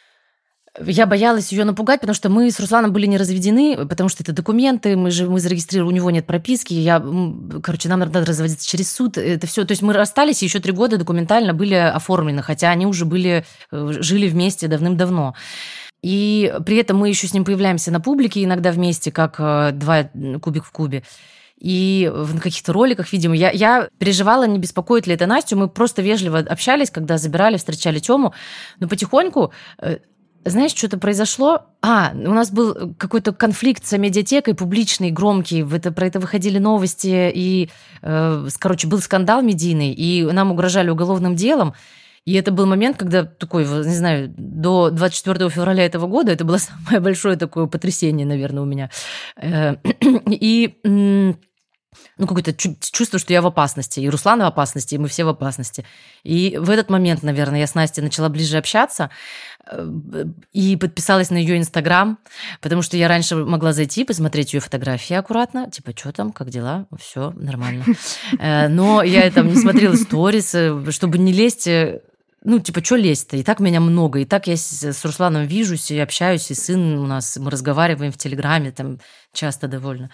я боялась ее напугать, потому что мы с Русланом были не разведены, потому что это документы, мы же мы зарегистрировали, у него нет прописки, я, м, короче, нам надо разводиться через суд, это все, то есть мы расстались, и еще три года документально были оформлены, хотя они уже были, э, жили вместе давным-давно. И при этом мы еще с ним появляемся на публике иногда вместе, как э, два кубик в кубе. И в каких-то роликах, видимо, я, я переживала, не беспокоит ли это Настю. Мы просто вежливо общались, когда забирали, встречали Тему. Но потихоньку, э, знаешь, что-то произошло. А, у нас был какой-то конфликт с медиатекой, публичный, громкий. В это, про это выходили новости. И, э, короче, был скандал медийный, и нам угрожали уголовным делом. И это был момент, когда такой, не знаю, до двадцать четвёртого февраля этого года это было самое большое такое потрясение, наверное, у меня. Э, И м, ну, какое-то чу- чувство, что я в опасности, и Руслан в опасности, и мы все в опасности. И в этот момент, наверное, я с Настей начала ближе общаться э, и подписалась на ее Инстаграм, потому что я раньше могла зайти, посмотреть ее фотографии аккуратно, типа, что там, как дела, все нормально. Э, Но я там не смотрела сторис, э, чтобы не лезть. э, Ну, типа, что лезть-то? И так меня много. И так я с, с Русланом вижусь и общаюсь, и сын у нас, мы разговариваем в Телеграме там часто довольно.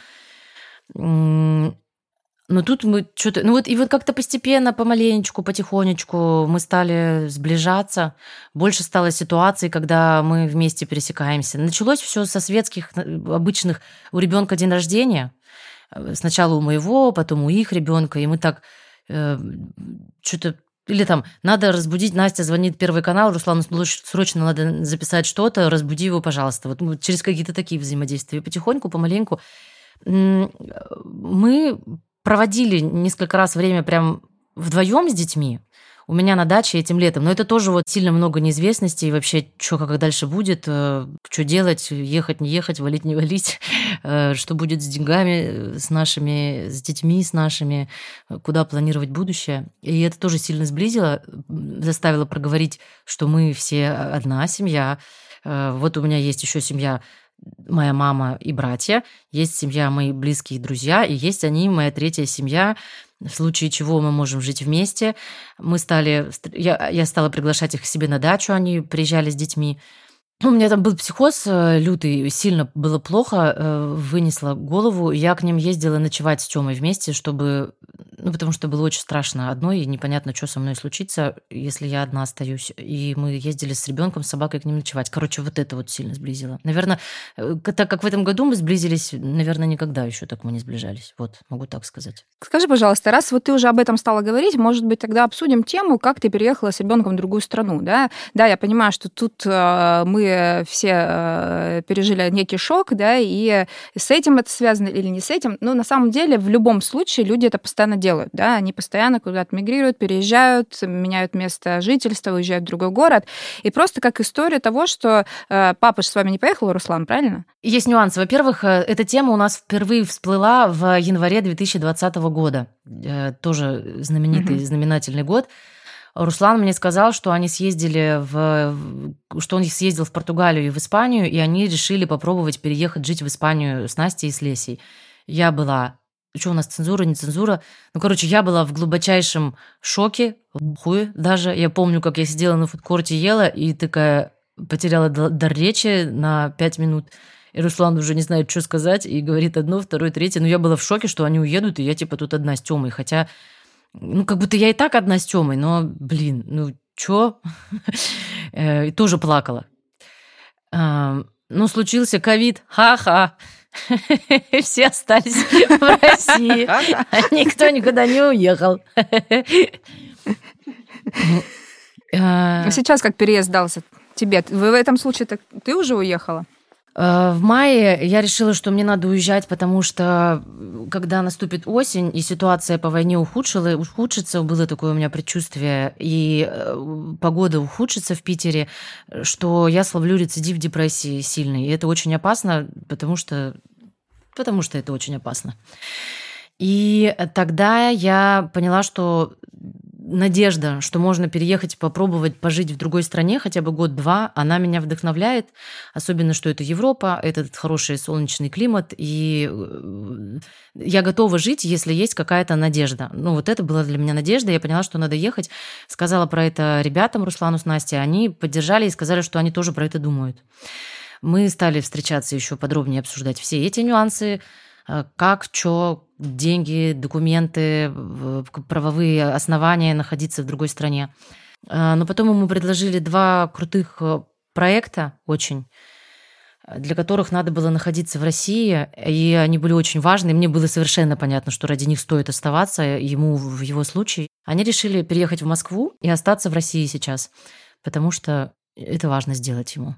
М, Но тут мы что-то... Ну вот и вот как-то постепенно, помаленечку, потихонечку мы стали сближаться. Больше стало ситуаций, когда мы вместе пересекаемся. Началось все со светских, э, обычных. У ребенка день рождения. Э, Сначала у моего, потом у их ребенка. И мы так что-то... Или там, надо разбудить, Настя звонит Первый канал, Руслану срочно надо записать что-то, разбуди его, пожалуйста. Вот мы через какие-то такие взаимодействия. И потихоньку, помаленьку м, мы проводили несколько раз время прям вдвоем с детьми. У меня на даче этим летом. Но это тоже вот сильно много неизвестности. И вообще, что как дальше будет, что делать, ехать, не ехать, валить, не валить, э, что будет с деньгами, с нашими, с детьми, с нашими, э, куда планировать будущее. И это тоже сильно сблизило, м, заставило проговорить, что мы все одна семья. Э, Вот у меня есть еще семья, моя мама и братья, есть семья мои близкие друзья, и есть они, моя третья семья, в случае чего мы можем жить вместе. Мы стали, я, я стала приглашать их к себе на дачу, они приезжали с детьми. У меня там был психоз лютый, сильно было плохо, вынесла голову. Я к ним ездила ночевать с Тёмой вместе, чтобы... Ну, потому что было очень страшно одной, и непонятно, что со мной случится, если я одна остаюсь. И мы ездили с ребенком, с собакой к ним ночевать. Короче, вот это вот сильно сблизило. Наверное, так как в этом году мы сблизились, наверное, никогда еще так мы не сближались. Вот, могу так сказать. Скажи, пожалуйста, раз вот ты уже об этом стала говорить, может быть, тогда обсудим тему, как ты переехала с ребенком в другую страну, да? Да, я понимаю, что тут э, мы все э, пережили некий шок, да, и с этим это связано или не с этим, но на самом деле в любом случае люди это постоянно делают, да, они постоянно куда-то мигрируют, переезжают, меняют место жительства, уезжают в другой город, и просто как история того, что э, папа же с вами не поехал, Руслан, правильно? Есть нюансы. Во-первых, эта тема у нас впервые всплыла в январе две тысячи двадцатого года. Тоже знаменитый, mm-hmm. знаменательный год. Руслан мне сказал, что они съездили в... что он съездил в Португалию и в Испанию, и они решили попробовать переехать жить в Испанию с Настей и с Лесей. Я была... Что у нас, цензура, не цензура? Ну, короче, я была в глубочайшем шоке, хуе даже. Я помню, как я сидела на фудкорте, ела, и такая потеряла дар речи на пять минут. И Руслан уже не знает, что сказать, и говорит одно, второе, третье. Но я была в шоке, что они уедут, и я типа тут одна с Тёмой. Хотя, ну, как будто я и так одна с Тёмой, но, блин, ну, чё? И тоже плакала. Ну, случился ковид, ха-ха. Все остались в России. Никто никуда не уехал. Сейчас как переезд дался тебе? В этом случае ты уже уехала? В мае я решила, что мне надо уезжать, потому что когда наступит осень, и ситуация по войне ухудшила, ухудшится, было такое у меня предчувствие, и погода ухудшится в Питере, что я словлю рецидив депрессии сильный. И это очень опасно, потому что, потому что это очень опасно. И тогда я поняла, что надежда, что можно переехать, попробовать пожить в другой стране хотя бы год-два, она меня вдохновляет, особенно, что это Европа, этот хороший солнечный климат, и я готова жить, если есть какая-то надежда. Ну, вот это была для меня надежда, я поняла, что надо ехать, сказала про это ребятам, Руслану с Настей, они поддержали и сказали, что они тоже про это думают. Мы стали встречаться еще подробнее, обсуждать все эти нюансы, как, что, деньги, документы, правовые основания находиться в другой стране. Но потом ему предложили два крутых проекта очень, для которых надо было находиться в России, и они были очень важны. Мне было совершенно понятно, что ради них стоит оставаться, ему в его случае. Они решили переехать в Москву и остаться в России сейчас, потому что это важно сделать ему.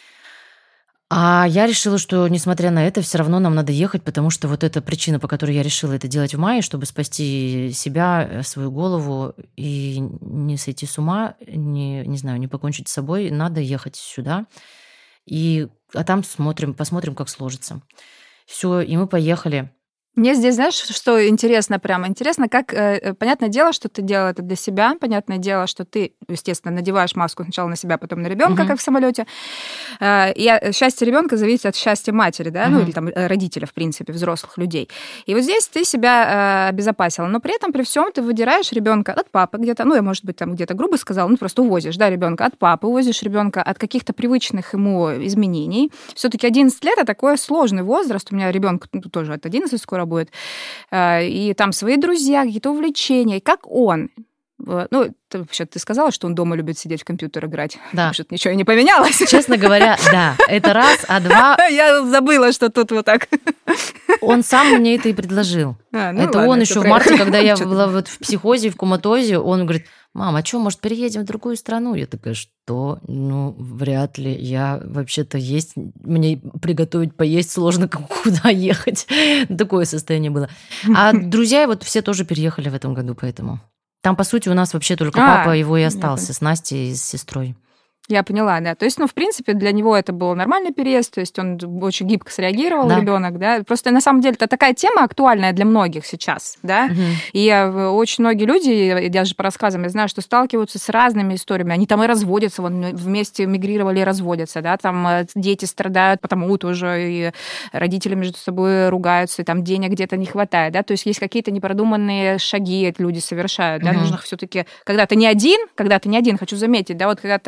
А я решила, что, несмотря на это, все равно нам надо ехать, потому что вот эта причина, по которой я решила это делать в мае, чтобы спасти себя, свою голову и не сойти с ума, не, не знаю, не покончить с собой, надо ехать сюда. И, а там смотрим, посмотрим, как сложится. Все, и мы поехали. Мне здесь, знаешь, что интересно прямо? Интересно, как... Э, понятное дело, что ты делала это для себя. Понятное дело, что ты, естественно, надеваешь маску сначала на себя, потом на ребенка, uh-huh. как в самолете. Э, и счастье ребенка зависит от счастья матери, да, uh-huh. ну или там родителя, в принципе, взрослых людей. И вот здесь ты себя э, обезопасила. Но при этом, при всем, ты выдираешь ребенка от папы где-то, ну, я, может быть, там где-то грубо сказала, ну, просто увозишь, да, ребенка от папы, увозишь ребенка от каких-то привычных ему изменений. Все-таки одиннадцать лет — это такой сложный возраст. У меня ребенок ну, тоже от одиннадцати скоро будет. И там свои друзья, какие-то увлечения. И как он? Ну, ты, вообще, ты сказала, что он дома любит сидеть в компьютер играть. Да. Что-то ничего и не поменялось. Честно говоря, да. Это раз, а два... Я забыла, что тут вот так. Он сам мне это и предложил. А, ну это ладно, он еще в марте, когда я была вот в психозе, в коматозе, он говорит: мам, а что, может, переедем в другую страну? Я такая: что? Ну, вряд ли. Я вообще-то есть, мне приготовить поесть сложно, куда ехать. Такое состояние было. А друзья вот все тоже переехали в этом году, поэтому... Там, по сути, у нас вообще только а, папа его и остался с Настей и с сестрой. Я поняла, да. То есть, ну, в принципе, для него это был нормальный переезд, то есть он очень гибко среагировал, да. Ребенок, да. Просто на самом деле это такая тема актуальная для многих сейчас, да. Угу. И очень многие люди, даже по рассказам, я знаю, что сталкиваются с разными историями. Они там и разводятся, вон, вместе мигрировали и разводятся, да. Там дети страдают, потому тоже и родители между собой ругаются, и там денег где-то не хватает, да. То есть есть какие-то непродуманные шаги люди совершают, да. Угу. Нужно все-таки, когда ты не один, когда ты не один, хочу заметить, да, вот когда ты один, там,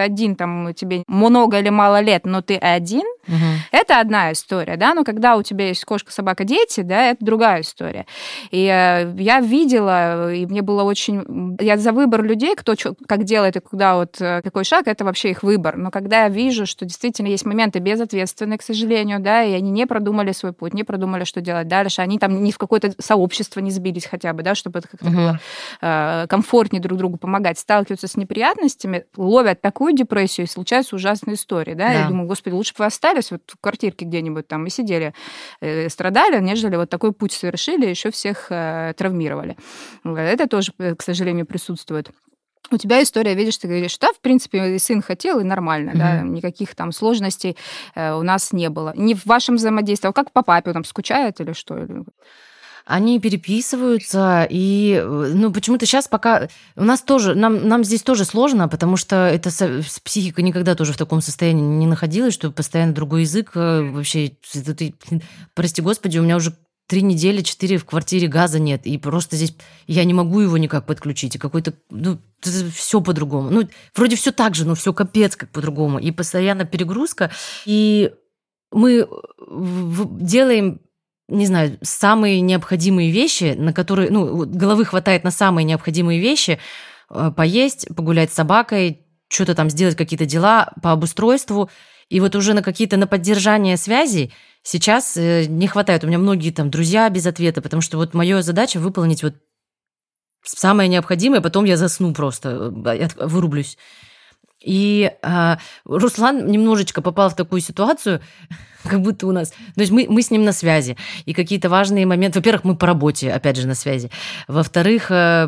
там тебе много или мало лет, но ты один, угу. это одна история, да, но когда у тебя есть кошка, собака, дети, да, это другая история. И я видела, и мне было очень... Я за выбор людей, кто что, как делает и куда вот какой шаг, это вообще их выбор. Но когда я вижу, что действительно есть моменты безответственные, к сожалению, да, и они не продумали свой путь, не продумали, что делать дальше, они там ни в какое-то сообщество не сбились хотя бы, да, чтобы это как-то угу. было э, комфортнее друг другу помогать, сталкиваются с неприятностями, ловят такую депрессию, и случаются ужасные истории, да, да. Я думаю, господи, лучше бы вы остались вот в квартирке где-нибудь там и сидели, э, страдали, нежели вот такой путь совершили, еще всех э, травмировали. Это тоже, к сожалению, присутствует. У тебя история, видишь, ты говоришь, да, в принципе, сын хотел, и нормально, mm-hmm. да, никаких там сложностей э, у нас не было. Не в вашем взаимодействии, а как по папе, там, скучает или что? Они переписываются, и, ну, почему-то сейчас пока... У нас тоже, нам, нам здесь тоже сложно, потому что эта психика никогда тоже в таком состоянии не находилась, что постоянно другой язык вообще... Прости господи, у меня уже три недели, четыре в квартире газа нет, и просто здесь я не могу его никак подключить, и какой-то, ну, все по-другому. Ну, вроде все так же, но все капец как по-другому, и постоянно перегрузка, и мы делаем, не знаю, самые необходимые вещи, на которые, ну, головы хватает на самые необходимые вещи, поесть, погулять с собакой, что-то там сделать, какие-то дела по обустройству, и вот уже на какие-то, на поддержание связей сейчас не хватает. У меня многие там друзья без ответа, потому что вот моя задача выполнить вот самое необходимое, потом я засну просто, вырублюсь. И а, Руслан немножечко попал в такую ситуацию, как будто у нас... То есть мы, мы с ним на связи, и какие-то важные моменты... Во-первых, мы по работе, опять же, на связи. Во-вторых,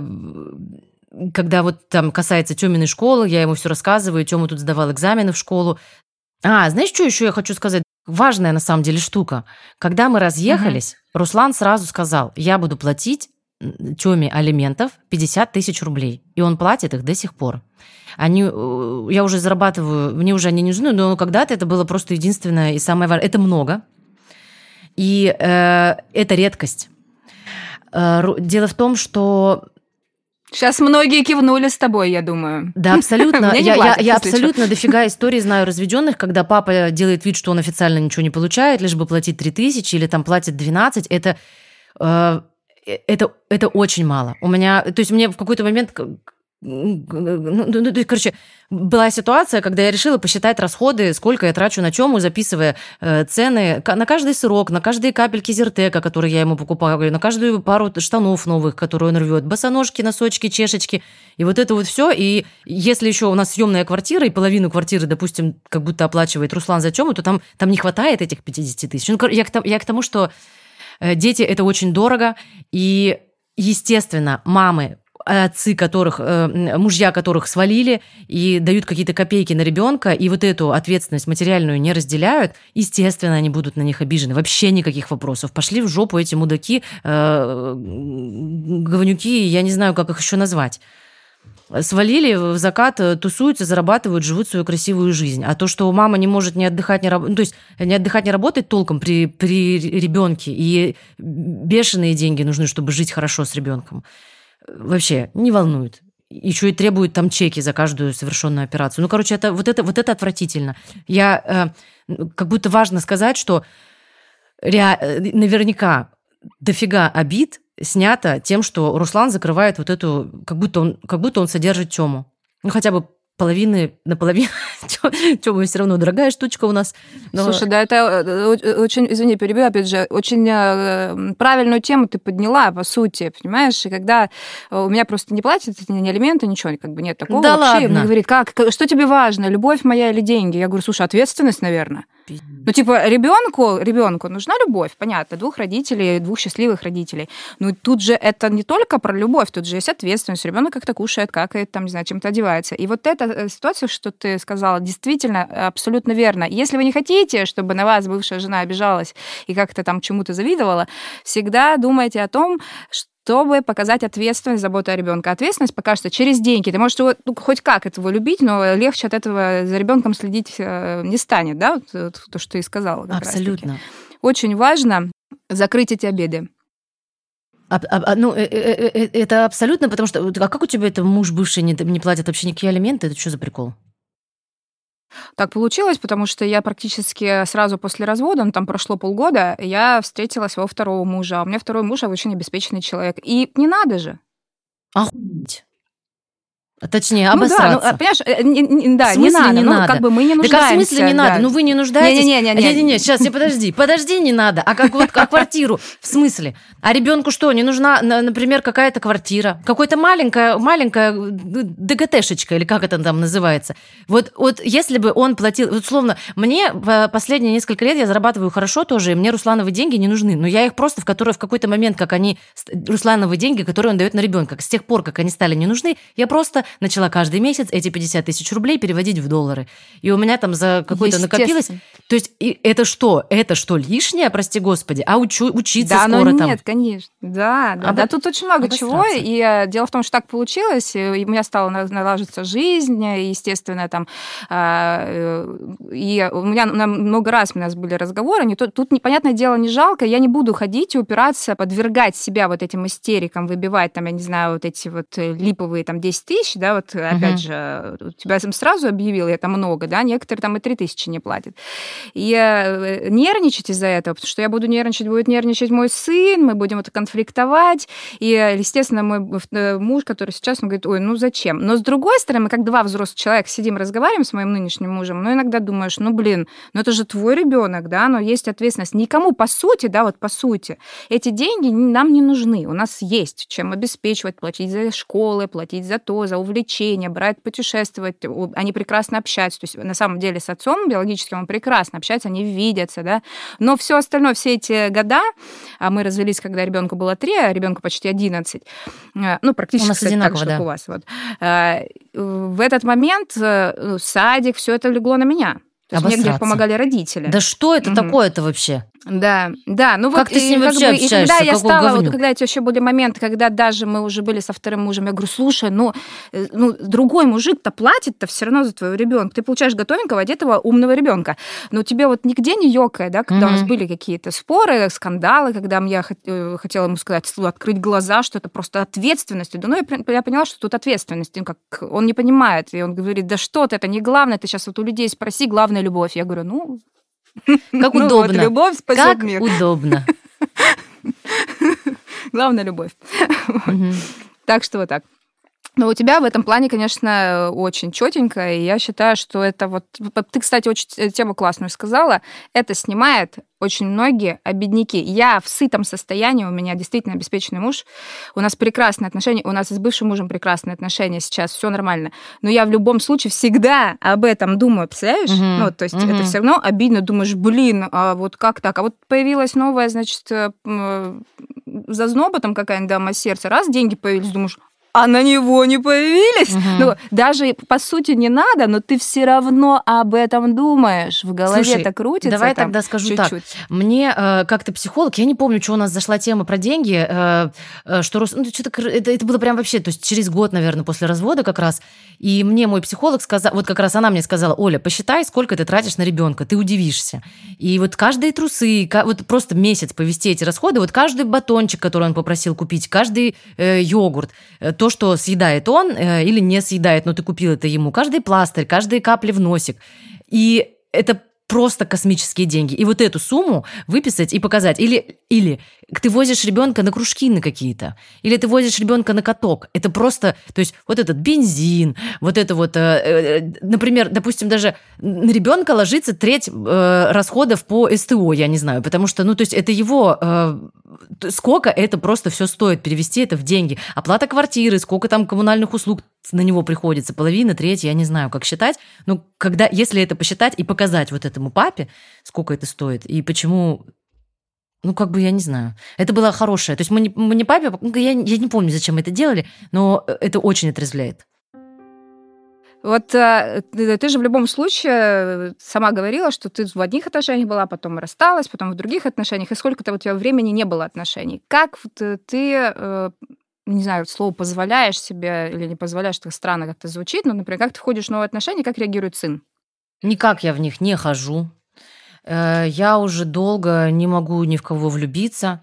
когда вот там касается Тёминой школы, я ему все рассказываю, Тёма тут сдавал экзамены в школу. А, знаешь, что еще я хочу сказать? Важная, на самом деле, штука. Когда мы разъехались, угу. Руслан сразу сказал, я буду платить Тёме алиментов пятьдесят тысяч рублей. И он платит их до сих пор. Они, я уже зарабатываю, мне уже они не нужны, но когда-то это было просто единственное и самое важное. Это много. И э, это редкость. Э, дело в том, что... Сейчас многие кивнули с тобой, я думаю. Да, абсолютно. я, я, я абсолютно дофига историй знаю разведенных, когда папа делает вид, что он официально ничего не получает, лишь бы платить три тысячи или там платит двенадцать. Это, э, это, это очень мало. У меня, то есть мне в какой-то момент... Ну, ну, короче, была ситуация, когда я решила посчитать расходы, сколько я трачу на Тему, записывая э, цены на каждый сырок, на каждые капельки зертека, которые я ему покупаю, на каждую пару штанов новых, которые он рвет, босоножки, носочки, чешечки, и вот это вот все. И если еще у нас съемная квартира, и половину квартиры, допустим, как будто оплачивает Руслан за Тему, то там, там не хватает этих пятьдесят тысяч. Ну, я, к, я к тому, что дети – это очень дорого, и, естественно, мамы, отцы которых, мужья которых свалили и дают какие-то копейки на ребенка, и вот эту ответственность материальную не разделяют, естественно, они будут на них обижены. Вообще никаких вопросов. Пошли в жопу эти мудаки, говнюки, я не знаю, как их еще назвать. Свалили в закат, тусуются, зарабатывают, живут свою красивую жизнь. А то, что мама не может не отдыхать, не работать, ну, то есть не отдыхать, не работать толком при, при ребенке, и бешеные деньги нужны, чтобы жить хорошо с ребенком, вообще не волнует. Еще и требует там чеки за каждую совершенную операцию. Ну, короче, это, вот, это, вот это отвратительно. Я, э, как будто важно сказать, что ре, наверняка дофига обид снято тем, что Руслан закрывает вот эту... Как будто он, как будто он содержит Тему. Ну, хотя бы половины наполовину. Тёма все равно дорогая штучка у нас. Но... Слушай, да, это очень, извини, перебью, опять же, очень правильную тему ты подняла, по сути, понимаешь? И когда у меня просто не платят ни алименты, ничего, как бы нет такого да вообще. Ладно. Мне говорит, как, что тебе важно, любовь моя или деньги? Я говорю, слушай, ответственность, наверное. Ну, типа, ребенку, ребенку нужна любовь, понятно, двух родителей, двух счастливых родителей. Но тут же это не только про любовь, тут же есть ответственность. Ребенок как-то кушает, какает, там, не знаю, чем-то одевается. И вот эта ситуация, что ты сказала, действительно абсолютно верно. Если вы не хотите, чтобы на вас бывшая жена обижалась и как-то там чему-то завидовала, всегда думайте о том, что чтобы показать ответственность, заботу о ребенке. Ответственность покажется через деньги. Ты можешь его, ну, хоть как этого любить, но легче от этого за ребенком следить не станет, да? Вот, то, что ты и сказала. Абсолютно. Очень важно закрыть эти обиды. А, а, ну, это абсолютно, потому что... А как у тебя это муж бывший не, не платит вообще никакие алименты? Это что за прикол? Так получилось, потому что я практически сразу после развода, ну, там прошло полгода, я встретила своего второго мужа. А у меня второй муж очень обеспеченный человек. И не надо же. Охуеть. Точнее, Ну да, ну, обосраться. понимаешь, не, не, да, В смысле не надо. не ну, надо? как бы мы не Так нуждаемся. а в смысле не да. надо? Ну вы не нуждаетесь? Не-не-не. Не-не-не, сейчас, я подожди. Подожди, не надо. А как вот а квартиру? В смысле? А ребенку что, не нужна, например, какая-то квартира? Какая-то маленькая, маленькая ДГТшечка, или как это там называется? Вот, вот если бы он платил... Вот, условно, мне последние несколько лет я зарабатываю хорошо тоже, и мне Руслановы деньги не нужны. Но я их просто в, который, в какой-то момент, как они... Руслановы деньги, которые он дает на ребенка, с тех пор, как они стали не нужны, я просто начала каждый месяц эти пятьдесят тысяч рублей переводить в доллары. И у меня там за какой-то накопилось. То есть и это что? Это что, лишнее, прости господи? А учу, учиться да, скоро ну там? Нет, конечно. Да, да, Об... да, тут очень много обосраться. чего. И э, дело в том, что так получилось, и у меня стала налаживаться жизнь, естественно, там. Э, и у меня много раз у нас были разговоры. Не, тут, тут, понятное дело, не жалко. Я не буду ходить и упираться, подвергать себя вот этим истерикам, выбивать там, я не знаю, вот эти вот липовые там десять тысяч, да, вот опять же, у тебя там сразу объявил, это много, да, некоторые там и три тысячи не платят. И нервничать из-за этого, потому что я буду нервничать, будет нервничать мой сын, мы будем это конфликтовать, и, естественно, мой муж, который сейчас, он говорит, ой, ну зачем? Но с другой стороны, мы как два взрослых человека сидим, разговариваем с моим нынешним мужем, но иногда думаешь, ну, блин, ну это же твой ребенок, да, но есть ответственность. Никому, по сути, да, вот по сути, эти деньги нам не нужны, у нас есть чем обеспечивать, платить за школы, платить за то, за увлечения, брать путешествовать, они прекрасно общаются. То есть на самом деле с отцом биологическим он прекрасно общается, они видятся, да. Но все остальное, все эти года, а мы развелись, когда ребенку было три, а ребенку почти одиннадцать, ну, практически, у нас кстати, одинаково, так же, да. как у вас. Вот. В этот момент садик, все это легло на меня. То есть мне где-то помогали родители. Да что это угу. такое-то вообще? Да, да, ну как вот ты с ним как вообще бы, общаешься? И когда я стала, говнюк? вот когда эти еще были моменты, когда даже мы уже были со вторым мужем, я говорю, слушай, ну, ну другой мужик-то платит-то все равно за твоего ребенка. Ты получаешь готовенького, одетого, умного ребенка. Но тебе вот нигде не ёкает, да, когда mm-hmm. у нас были какие-то споры, скандалы, когда я хотела ему сказать, открыть глаза, что это просто ответственность. Да, ну, я, я поняла, что тут ответственность. Как он не понимает. И он говорит, да что ты, это не главное, ты сейчас вот у людей спроси, главная любовь. Я говорю, ну... Как ну, удобно. Вот, любовь спасет как мир. удобно. Главная любовь. Угу. Так что вот так. Но у тебя в этом плане, конечно, очень четенько, и я считаю, что это вот... Ты, кстати, очень тему классную сказала. Это снимает очень многие обедняки. Я в сытом состоянии, у меня действительно обеспеченный муж, у нас прекрасные отношения, у нас с бывшим мужем прекрасные отношения сейчас, все нормально. Но я в любом случае всегда об этом думаю, представляешь? Uh-huh. Ну, то есть uh-huh. это все равно обидно, думаешь, блин, а вот как так? А вот появилась новая, значит, зазноба там какая-нибудь, дама сердца, раз деньги появились, думаешь, а на него не появились. Угу. Ну, даже, по сути, не надо, но ты все равно об этом думаешь. В голове это крутится. Давай там, тогда скажу чуть-чуть. так. Мне э, как-то психолог, я не помню, что у нас зашла тема про деньги, э, э, что ну, что-то, это, это было прям вообще, то есть через год, наверное, после развода как раз, и мне мой психолог сказал, вот как раз она мне сказала, Оля, посчитай, сколько ты тратишь на ребенка, ты удивишься. И вот каждые трусы, вот просто месяц повести эти расходы, вот каждый батончик, который он попросил купить, каждый э, йогурт, э, то, что съедает он э, или не съедает, но ты купил это ему, каждый пластырь, каждые капли в носик. И это просто космические деньги. И вот эту сумму выписать и показать. Или, или ты возишь ребенка на кружки на какие-то, или ты возишь ребенка на каток. Это просто, то есть вот этот бензин, вот это вот, э, например, допустим, даже на ребенка ложится треть э, расходов по СТО, я не знаю, потому что, ну, то есть это его, э, сколько это просто все стоит, перевести это в деньги. Оплата квартиры, сколько там коммунальных услуг на него приходится, половина, треть, я не знаю, как считать. Но когда, если это посчитать и показать вот этому папе, сколько это стоит, и почему... Ну, как бы, я не знаю. Это было хорошее. То есть мы не, мы не папе, я, я не помню, зачем мы это делали, но это очень отрезвляет. Вот ты, ты же в любом случае сама говорила, что ты в одних отношениях была, потом рассталась, потом в других отношениях, и сколько-то у тебя времени не было отношений. Как ты... не знаю, слово «позволяешь» себе или не позволяешь, так странно как-то звучит, но, например, как ты входишь в новые отношения, как реагирует сын? Никак я в них не хожу. Я уже долго не могу ни в кого влюбиться.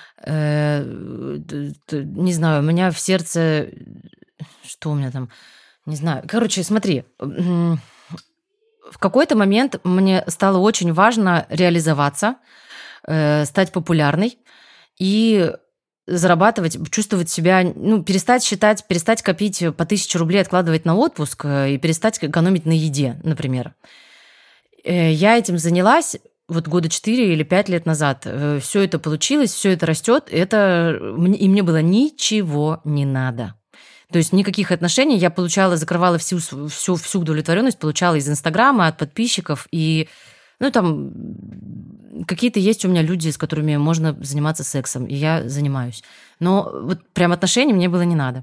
Не знаю, у меня в сердце... Что у меня там? Не знаю. Короче, смотри. в какой-то момент мне стало очень важно реализоваться, э, стать популярной и зарабатывать, чувствовать себя, ну, перестать считать, перестать копить по тысяче рублей, откладывать на отпуск и перестать экономить на еде, например. Я этим занялась вот года четыре или пять лет назад. Все это получилось, все это растет, это, и мне было ничего не надо. То есть никаких отношений. Я получала, закрывала всю, всю, всю удовлетворенность, получала из Инстаграма, от подписчиков. И, ну, там какие-то есть у меня люди, с которыми можно заниматься сексом, и я занимаюсь. Но вот прям отношений мне было не надо.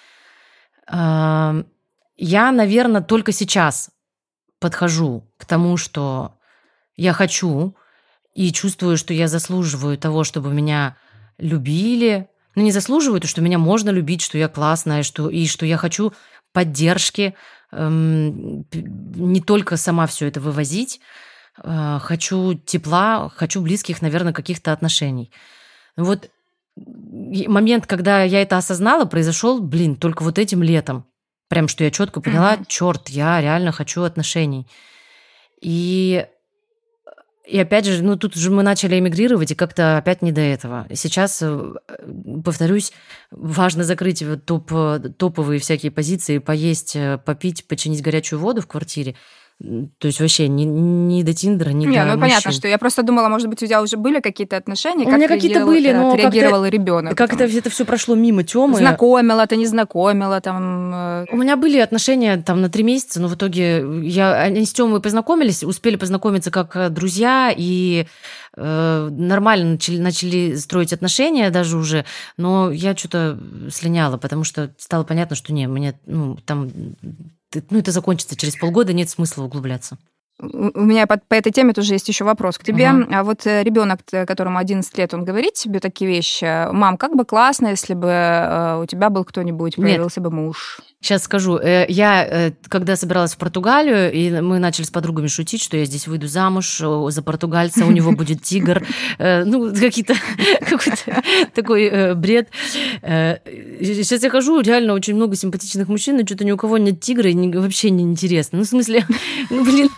Я, наверное, только сейчас подхожу к тому, что я хочу, и чувствую, что я заслуживаю того, чтобы меня любили. Ну, не заслуживаю, то, что меня можно любить, что я классная, что, и что я хочу поддержки, эм, не только сама все это вывозить, э, хочу тепла, хочу близких, наверное, каких-то отношений. Вот момент, когда я это осознала, произошел, блин, только вот этим летом. Прям, что я четко поняла, mm-hmm. черт, я реально хочу отношений. И, и опять же, ну тут же мы начали эмигрировать, и как-то опять не до этого. Сейчас, повторюсь, важно закрыть топ, топовые всякие позиции, поесть, попить, починить горячую воду в квартире. То есть вообще не, не до Тиндера, не, не до ну мужчин. Понятно, что я просто думала, может быть, у тебя уже были какие-то отношения, у меня какие-то были, но реагировал ребенок. Как-то это все прошло мимо Тёмы. Знакомила, ты не знакомила, там. У меня были отношения там на три месяца, но в итоге я они с Тёмой познакомились, успели познакомиться как друзья и э, нормально начали, начали строить отношения даже уже, но я что-то слиняла, потому что стало понятно, что не, мне ну там ну, это закончится через полгода, нет смысла углубляться. У меня по, по этой теме тоже есть еще вопрос к тебе. Uh-huh. А вот ребенок, которому одиннадцать лет, он говорит тебе такие вещи: мам, как бы классно, если бы у тебя был кто-нибудь, появился Нет. бы муж. Сейчас скажу. Я, когда собиралась в Португалию, и мы начали с подругами шутить, что я здесь выйду замуж за португальца, у него будет тигр. Ну, какие-то какой-то такой бред. Сейчас я хожу, реально очень много симпатичных мужчин, но что-то ни у кого нет тигра, и вообще не интересно. Ну, в смысле, ну, блин.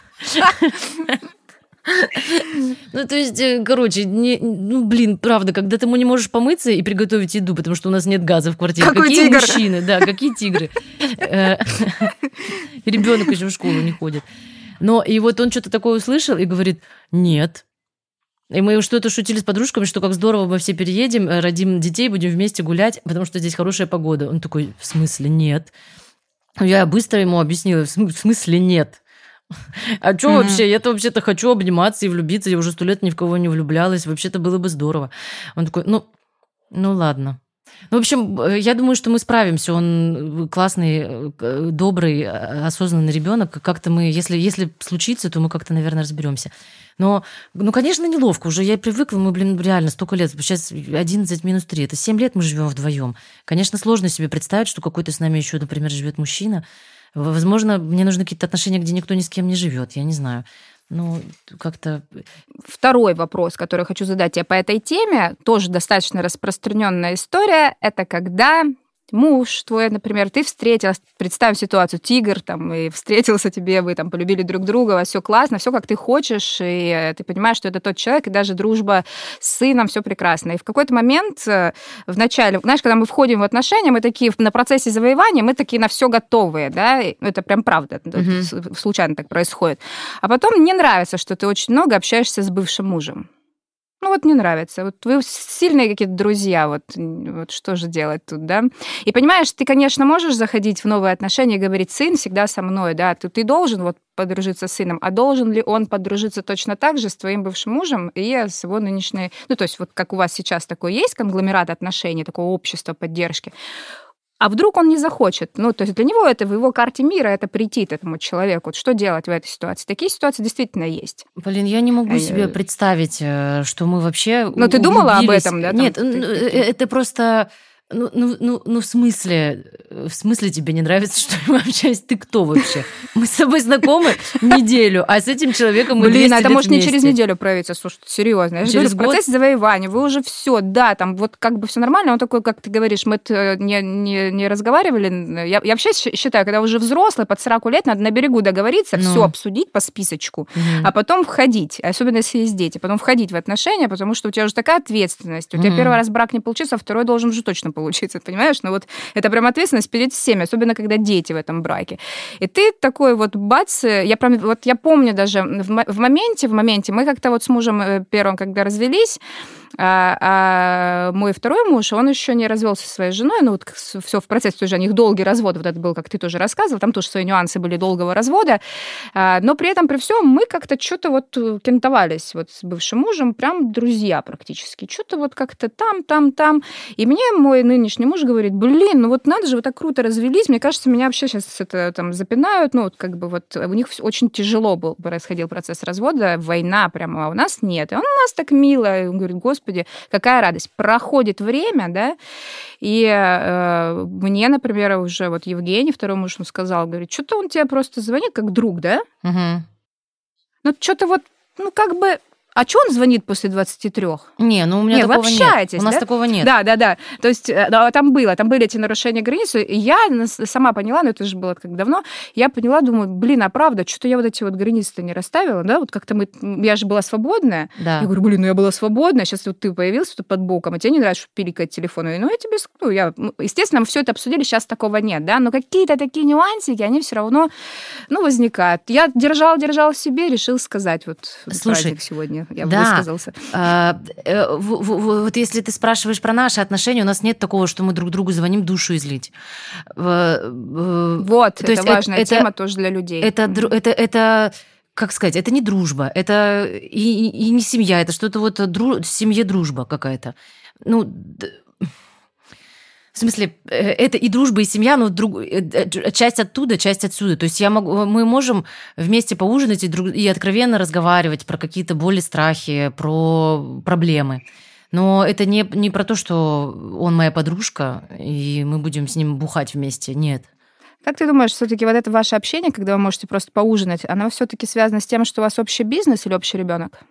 Ну, то есть, короче, не, ну, блин, правда, когда ты ему не можешь помыться и приготовить еду, потому что у нас нет газа в квартире. Какой какие тигр? Мужчины, да, какие тигры. Ребенок еще в школу не ходит. Но и вот он что-то такое услышал и говорит: нет. И мы что-то шутили с подружками, что как здорово мы все переедем, родим детей, будем вместе гулять, потому что здесь хорошая погода. Он такой: в смысле нет? Я быстро ему объяснила: в смысле нет? А что mm-hmm. вообще? Я-то вообще-то хочу обниматься и влюбиться. Я уже сто лет ни в кого не влюблялась. Вообще-то было бы здорово. Он такой: ну, ну ладно. Ну, в общем, я думаю, что мы справимся. Он классный, добрый, осознанный ребенок. Как-то мы, если, если случится, то мы как-то, наверное, разберемся. Но, ну, конечно, неловко уже. Я привыкла, мы, блин, реально столько лет. Сейчас одиннадцать минус три. Это семь лет мы живем вдвоем. Конечно, сложно себе представить, что какой-то с нами еще, например, живет мужчина. Возможно, мне нужны какие-то отношения, где никто ни с кем не живет. Я не знаю. Ну, как-то... Второй вопрос, который я хочу задать тебе по этой теме, тоже достаточно распространенная история, это когда муж твой, например, ты встретилась, представим ситуацию, тигр, там, и встретился тебе, вы там полюбили друг друга, у вас все классно, все как ты хочешь, и ты понимаешь, что это тот человек, и даже дружба с сыном, все прекрасно. И в какой-то момент в начале, знаешь, когда мы входим в отношения, мы такие на процессе завоевания, мы такие на все готовые, да, это прям правда, mm-hmm. случайно так происходит. А потом не нравится, что ты очень много общаешься с бывшим мужем. Ну вот не нравится. Вот вы сильные какие-то друзья, вот, вот что же делать тут, да? И понимаешь, ты, конечно, можешь заходить в новые отношения и говорить: сын всегда со мной, да, ты, ты должен вот подружиться с сыном, а должен ли он подружиться точно так же с твоим бывшим мужем и с его нынешней... Ну то есть вот как у вас сейчас такой есть конгломерат отношений, такое общество поддержки. А вдруг он не захочет? Ну, то есть для него это в его карте мира, это претит этому человеку. Вот что делать в этой ситуации? Такие ситуации действительно есть. Блин, я не могу себе представить, что мы вообще Но ты думала об этом, да? Нет, там, ты, это просто... Ну, ну, ну, ну, в смысле, в смысле тебе не нравится, что я общаюсь? Ты кто вообще? Мы с тобой знакомы неделю, а с этим человеком мы двести Блин, это лет может вместе. не через неделю проявиться, слушай, серьезно. Я же Через говорю, в процессе завоевания вы уже все, да, там вот как бы все нормально, он такой, как ты говоришь, мы не, не, не разговаривали. Я, я вообще считаю, когда уже взрослый, под сорок лет, надо на берегу договориться, ну. все обсудить по списочку, угу. а потом входить, особенно если есть дети, потом входить в отношения, потому что у тебя уже такая ответственность. У угу. тебя первый раз брак не получился, а второй должен уже точно получиться, понимаешь? Ну вот это прям ответственность перед всеми, особенно когда дети в этом браке. И ты такой вот бац, я прям, вот я помню даже в, в моменте, в моменте мы как-то вот с мужем первым, когда развелись, а, а мой второй муж, он еще не развелся со своей женой, ну вот все в процессе, тоже у них долгий развод, вот это был, как ты тоже рассказывал, там тоже свои нюансы были долгого развода, а, но при этом, при всем, мы как-то что-то вот кентовались вот с бывшим мужем, прям друзья практически, что-то вот как-то там, там, там, и мне мой нынешний муж говорит, блин, ну вот надо же, вот так круто развелись, мне кажется, меня вообще сейчас это там запинают, ну вот как бы вот у них очень тяжело был, происходил процесс развода, война прямо, а у нас нет, и он у нас так мило, он говорит, господи, какая радость. Проходит время, да, и э, мне, например, уже вот Евгений, второй муж, он сказал, говорит, что-то он тебе просто звонит как друг, да? Угу. Ну, что-то вот, ну, как бы... А что он звонит после двадцати трёх? Не, ну у меня не, такого вы нет. У нас да? такого нет. Да, да, да. То есть да, там было, там были эти нарушения границ. И я сама поняла, но это же было как давно, я поняла, думаю, блин, а правда, что-то я вот эти вот границы-то не расставила, да, вот как-то мы, я же была свободная. Да. Я говорю, блин, ну я была свободная, сейчас вот ты появился тут под боком, а тебе не нравится пиликать телефон. Ну я тебе, ну я, естественно, мы все это обсудили, сейчас такого нет, да, но какие-то такие нюансики, они все равно, ну, возникают. Я держала, держала в себе, решил сказать вот Слушай, праздник сегодня, я да. высказался. А, вот если ты спрашиваешь про наши отношения, у нас нет такого, что мы друг другу звоним душу излить. Вот, то это есть важная это, тема тоже для людей. Это, это, это, как сказать, это не дружба, это и, и не семья, это что-то вот дру, семья-дружба какая-то. Ну, в смысле, это и дружба, и семья, но друг, часть оттуда, часть отсюда. То есть я могу, мы можем вместе поужинать и, друг, и откровенно разговаривать про какие-то боли, страхи, про проблемы. Но это не, не про то, что он моя подружка, и мы будем с ним бухать вместе. Нет. Как ты думаешь, все-таки вот это ваше общение, когда вы можете просто поужинать, оно все-таки связано с тем, что у вас общий бизнес или общий ребенок?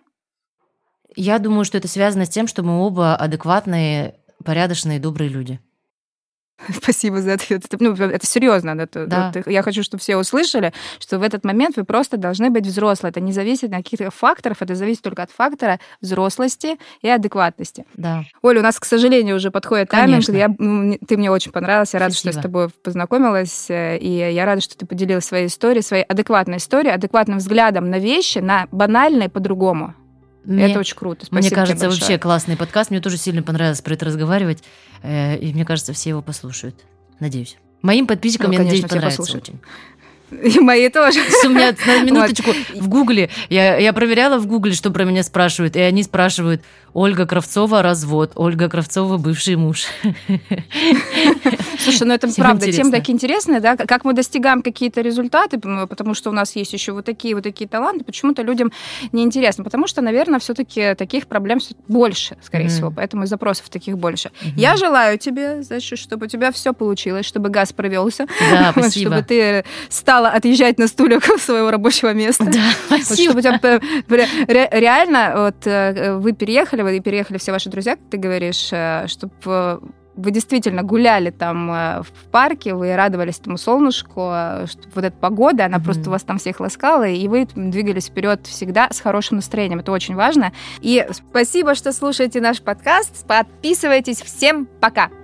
Я думаю, что это связано с тем, что мы оба адекватные, порядочные, добрые люди. Спасибо за ответ. Это, ну, это серьезно. Это, да. это, я хочу, чтобы все услышали, что в этот момент вы просто должны быть взрослы. Это не зависит от каких-то факторов, это зависит только от фактора взрослости и адекватности. Да. Оля, у нас, к сожалению, уже подходит тайминг. Я, ты мне очень понравилась. Я рада, Спасибо. Что я с тобой познакомилась. И я рада, что ты поделилась своей историей, своей адекватной историей, адекватным взглядом на вещи, на банальные по-другому. Мне, это очень круто. Спасибо мне кажется, тебе вообще классный подкаст. Мне тоже сильно понравилось про это разговаривать. И мне кажется, все его послушают. Надеюсь. Моим подписчикам, ну, я конечно, надеюсь, понравится очень. И мои тоже. У меня на минуточку в Гугле, я, я проверяла в Гугле, что про меня спрашивают, и они спрашивают: Ольга Кравцова развод, Ольга Кравцова бывший муж. Слушай, ну это Всем правда, интересно. Тема такие интересные, да, как мы достигаем какие-то результаты, потому что у нас есть еще вот такие вот такие таланты, почему-то людям неинтересно, потому что, наверное, все-таки таких проблем больше, скорее mm-hmm. всего, поэтому и запросов таких больше. Mm-hmm. Я желаю тебе, значит, чтобы у тебя все получилось, чтобы газ провелся, да, вот, чтобы ты стала отъезжать на стульях своего рабочего места. Да, вот, чтобы у тебя реально вот вы переехали, вы переехали все ваши друзья, как ты говоришь, чтобы вы действительно гуляли там в парке, вы радовались этому солнышку, вот эта погода, она mm-hmm. просто вас там всех ласкала, и вы двигались вперед всегда с хорошим настроением. Это очень важно. И спасибо, что слушаете наш подкаст. Подписывайтесь. Всем пока!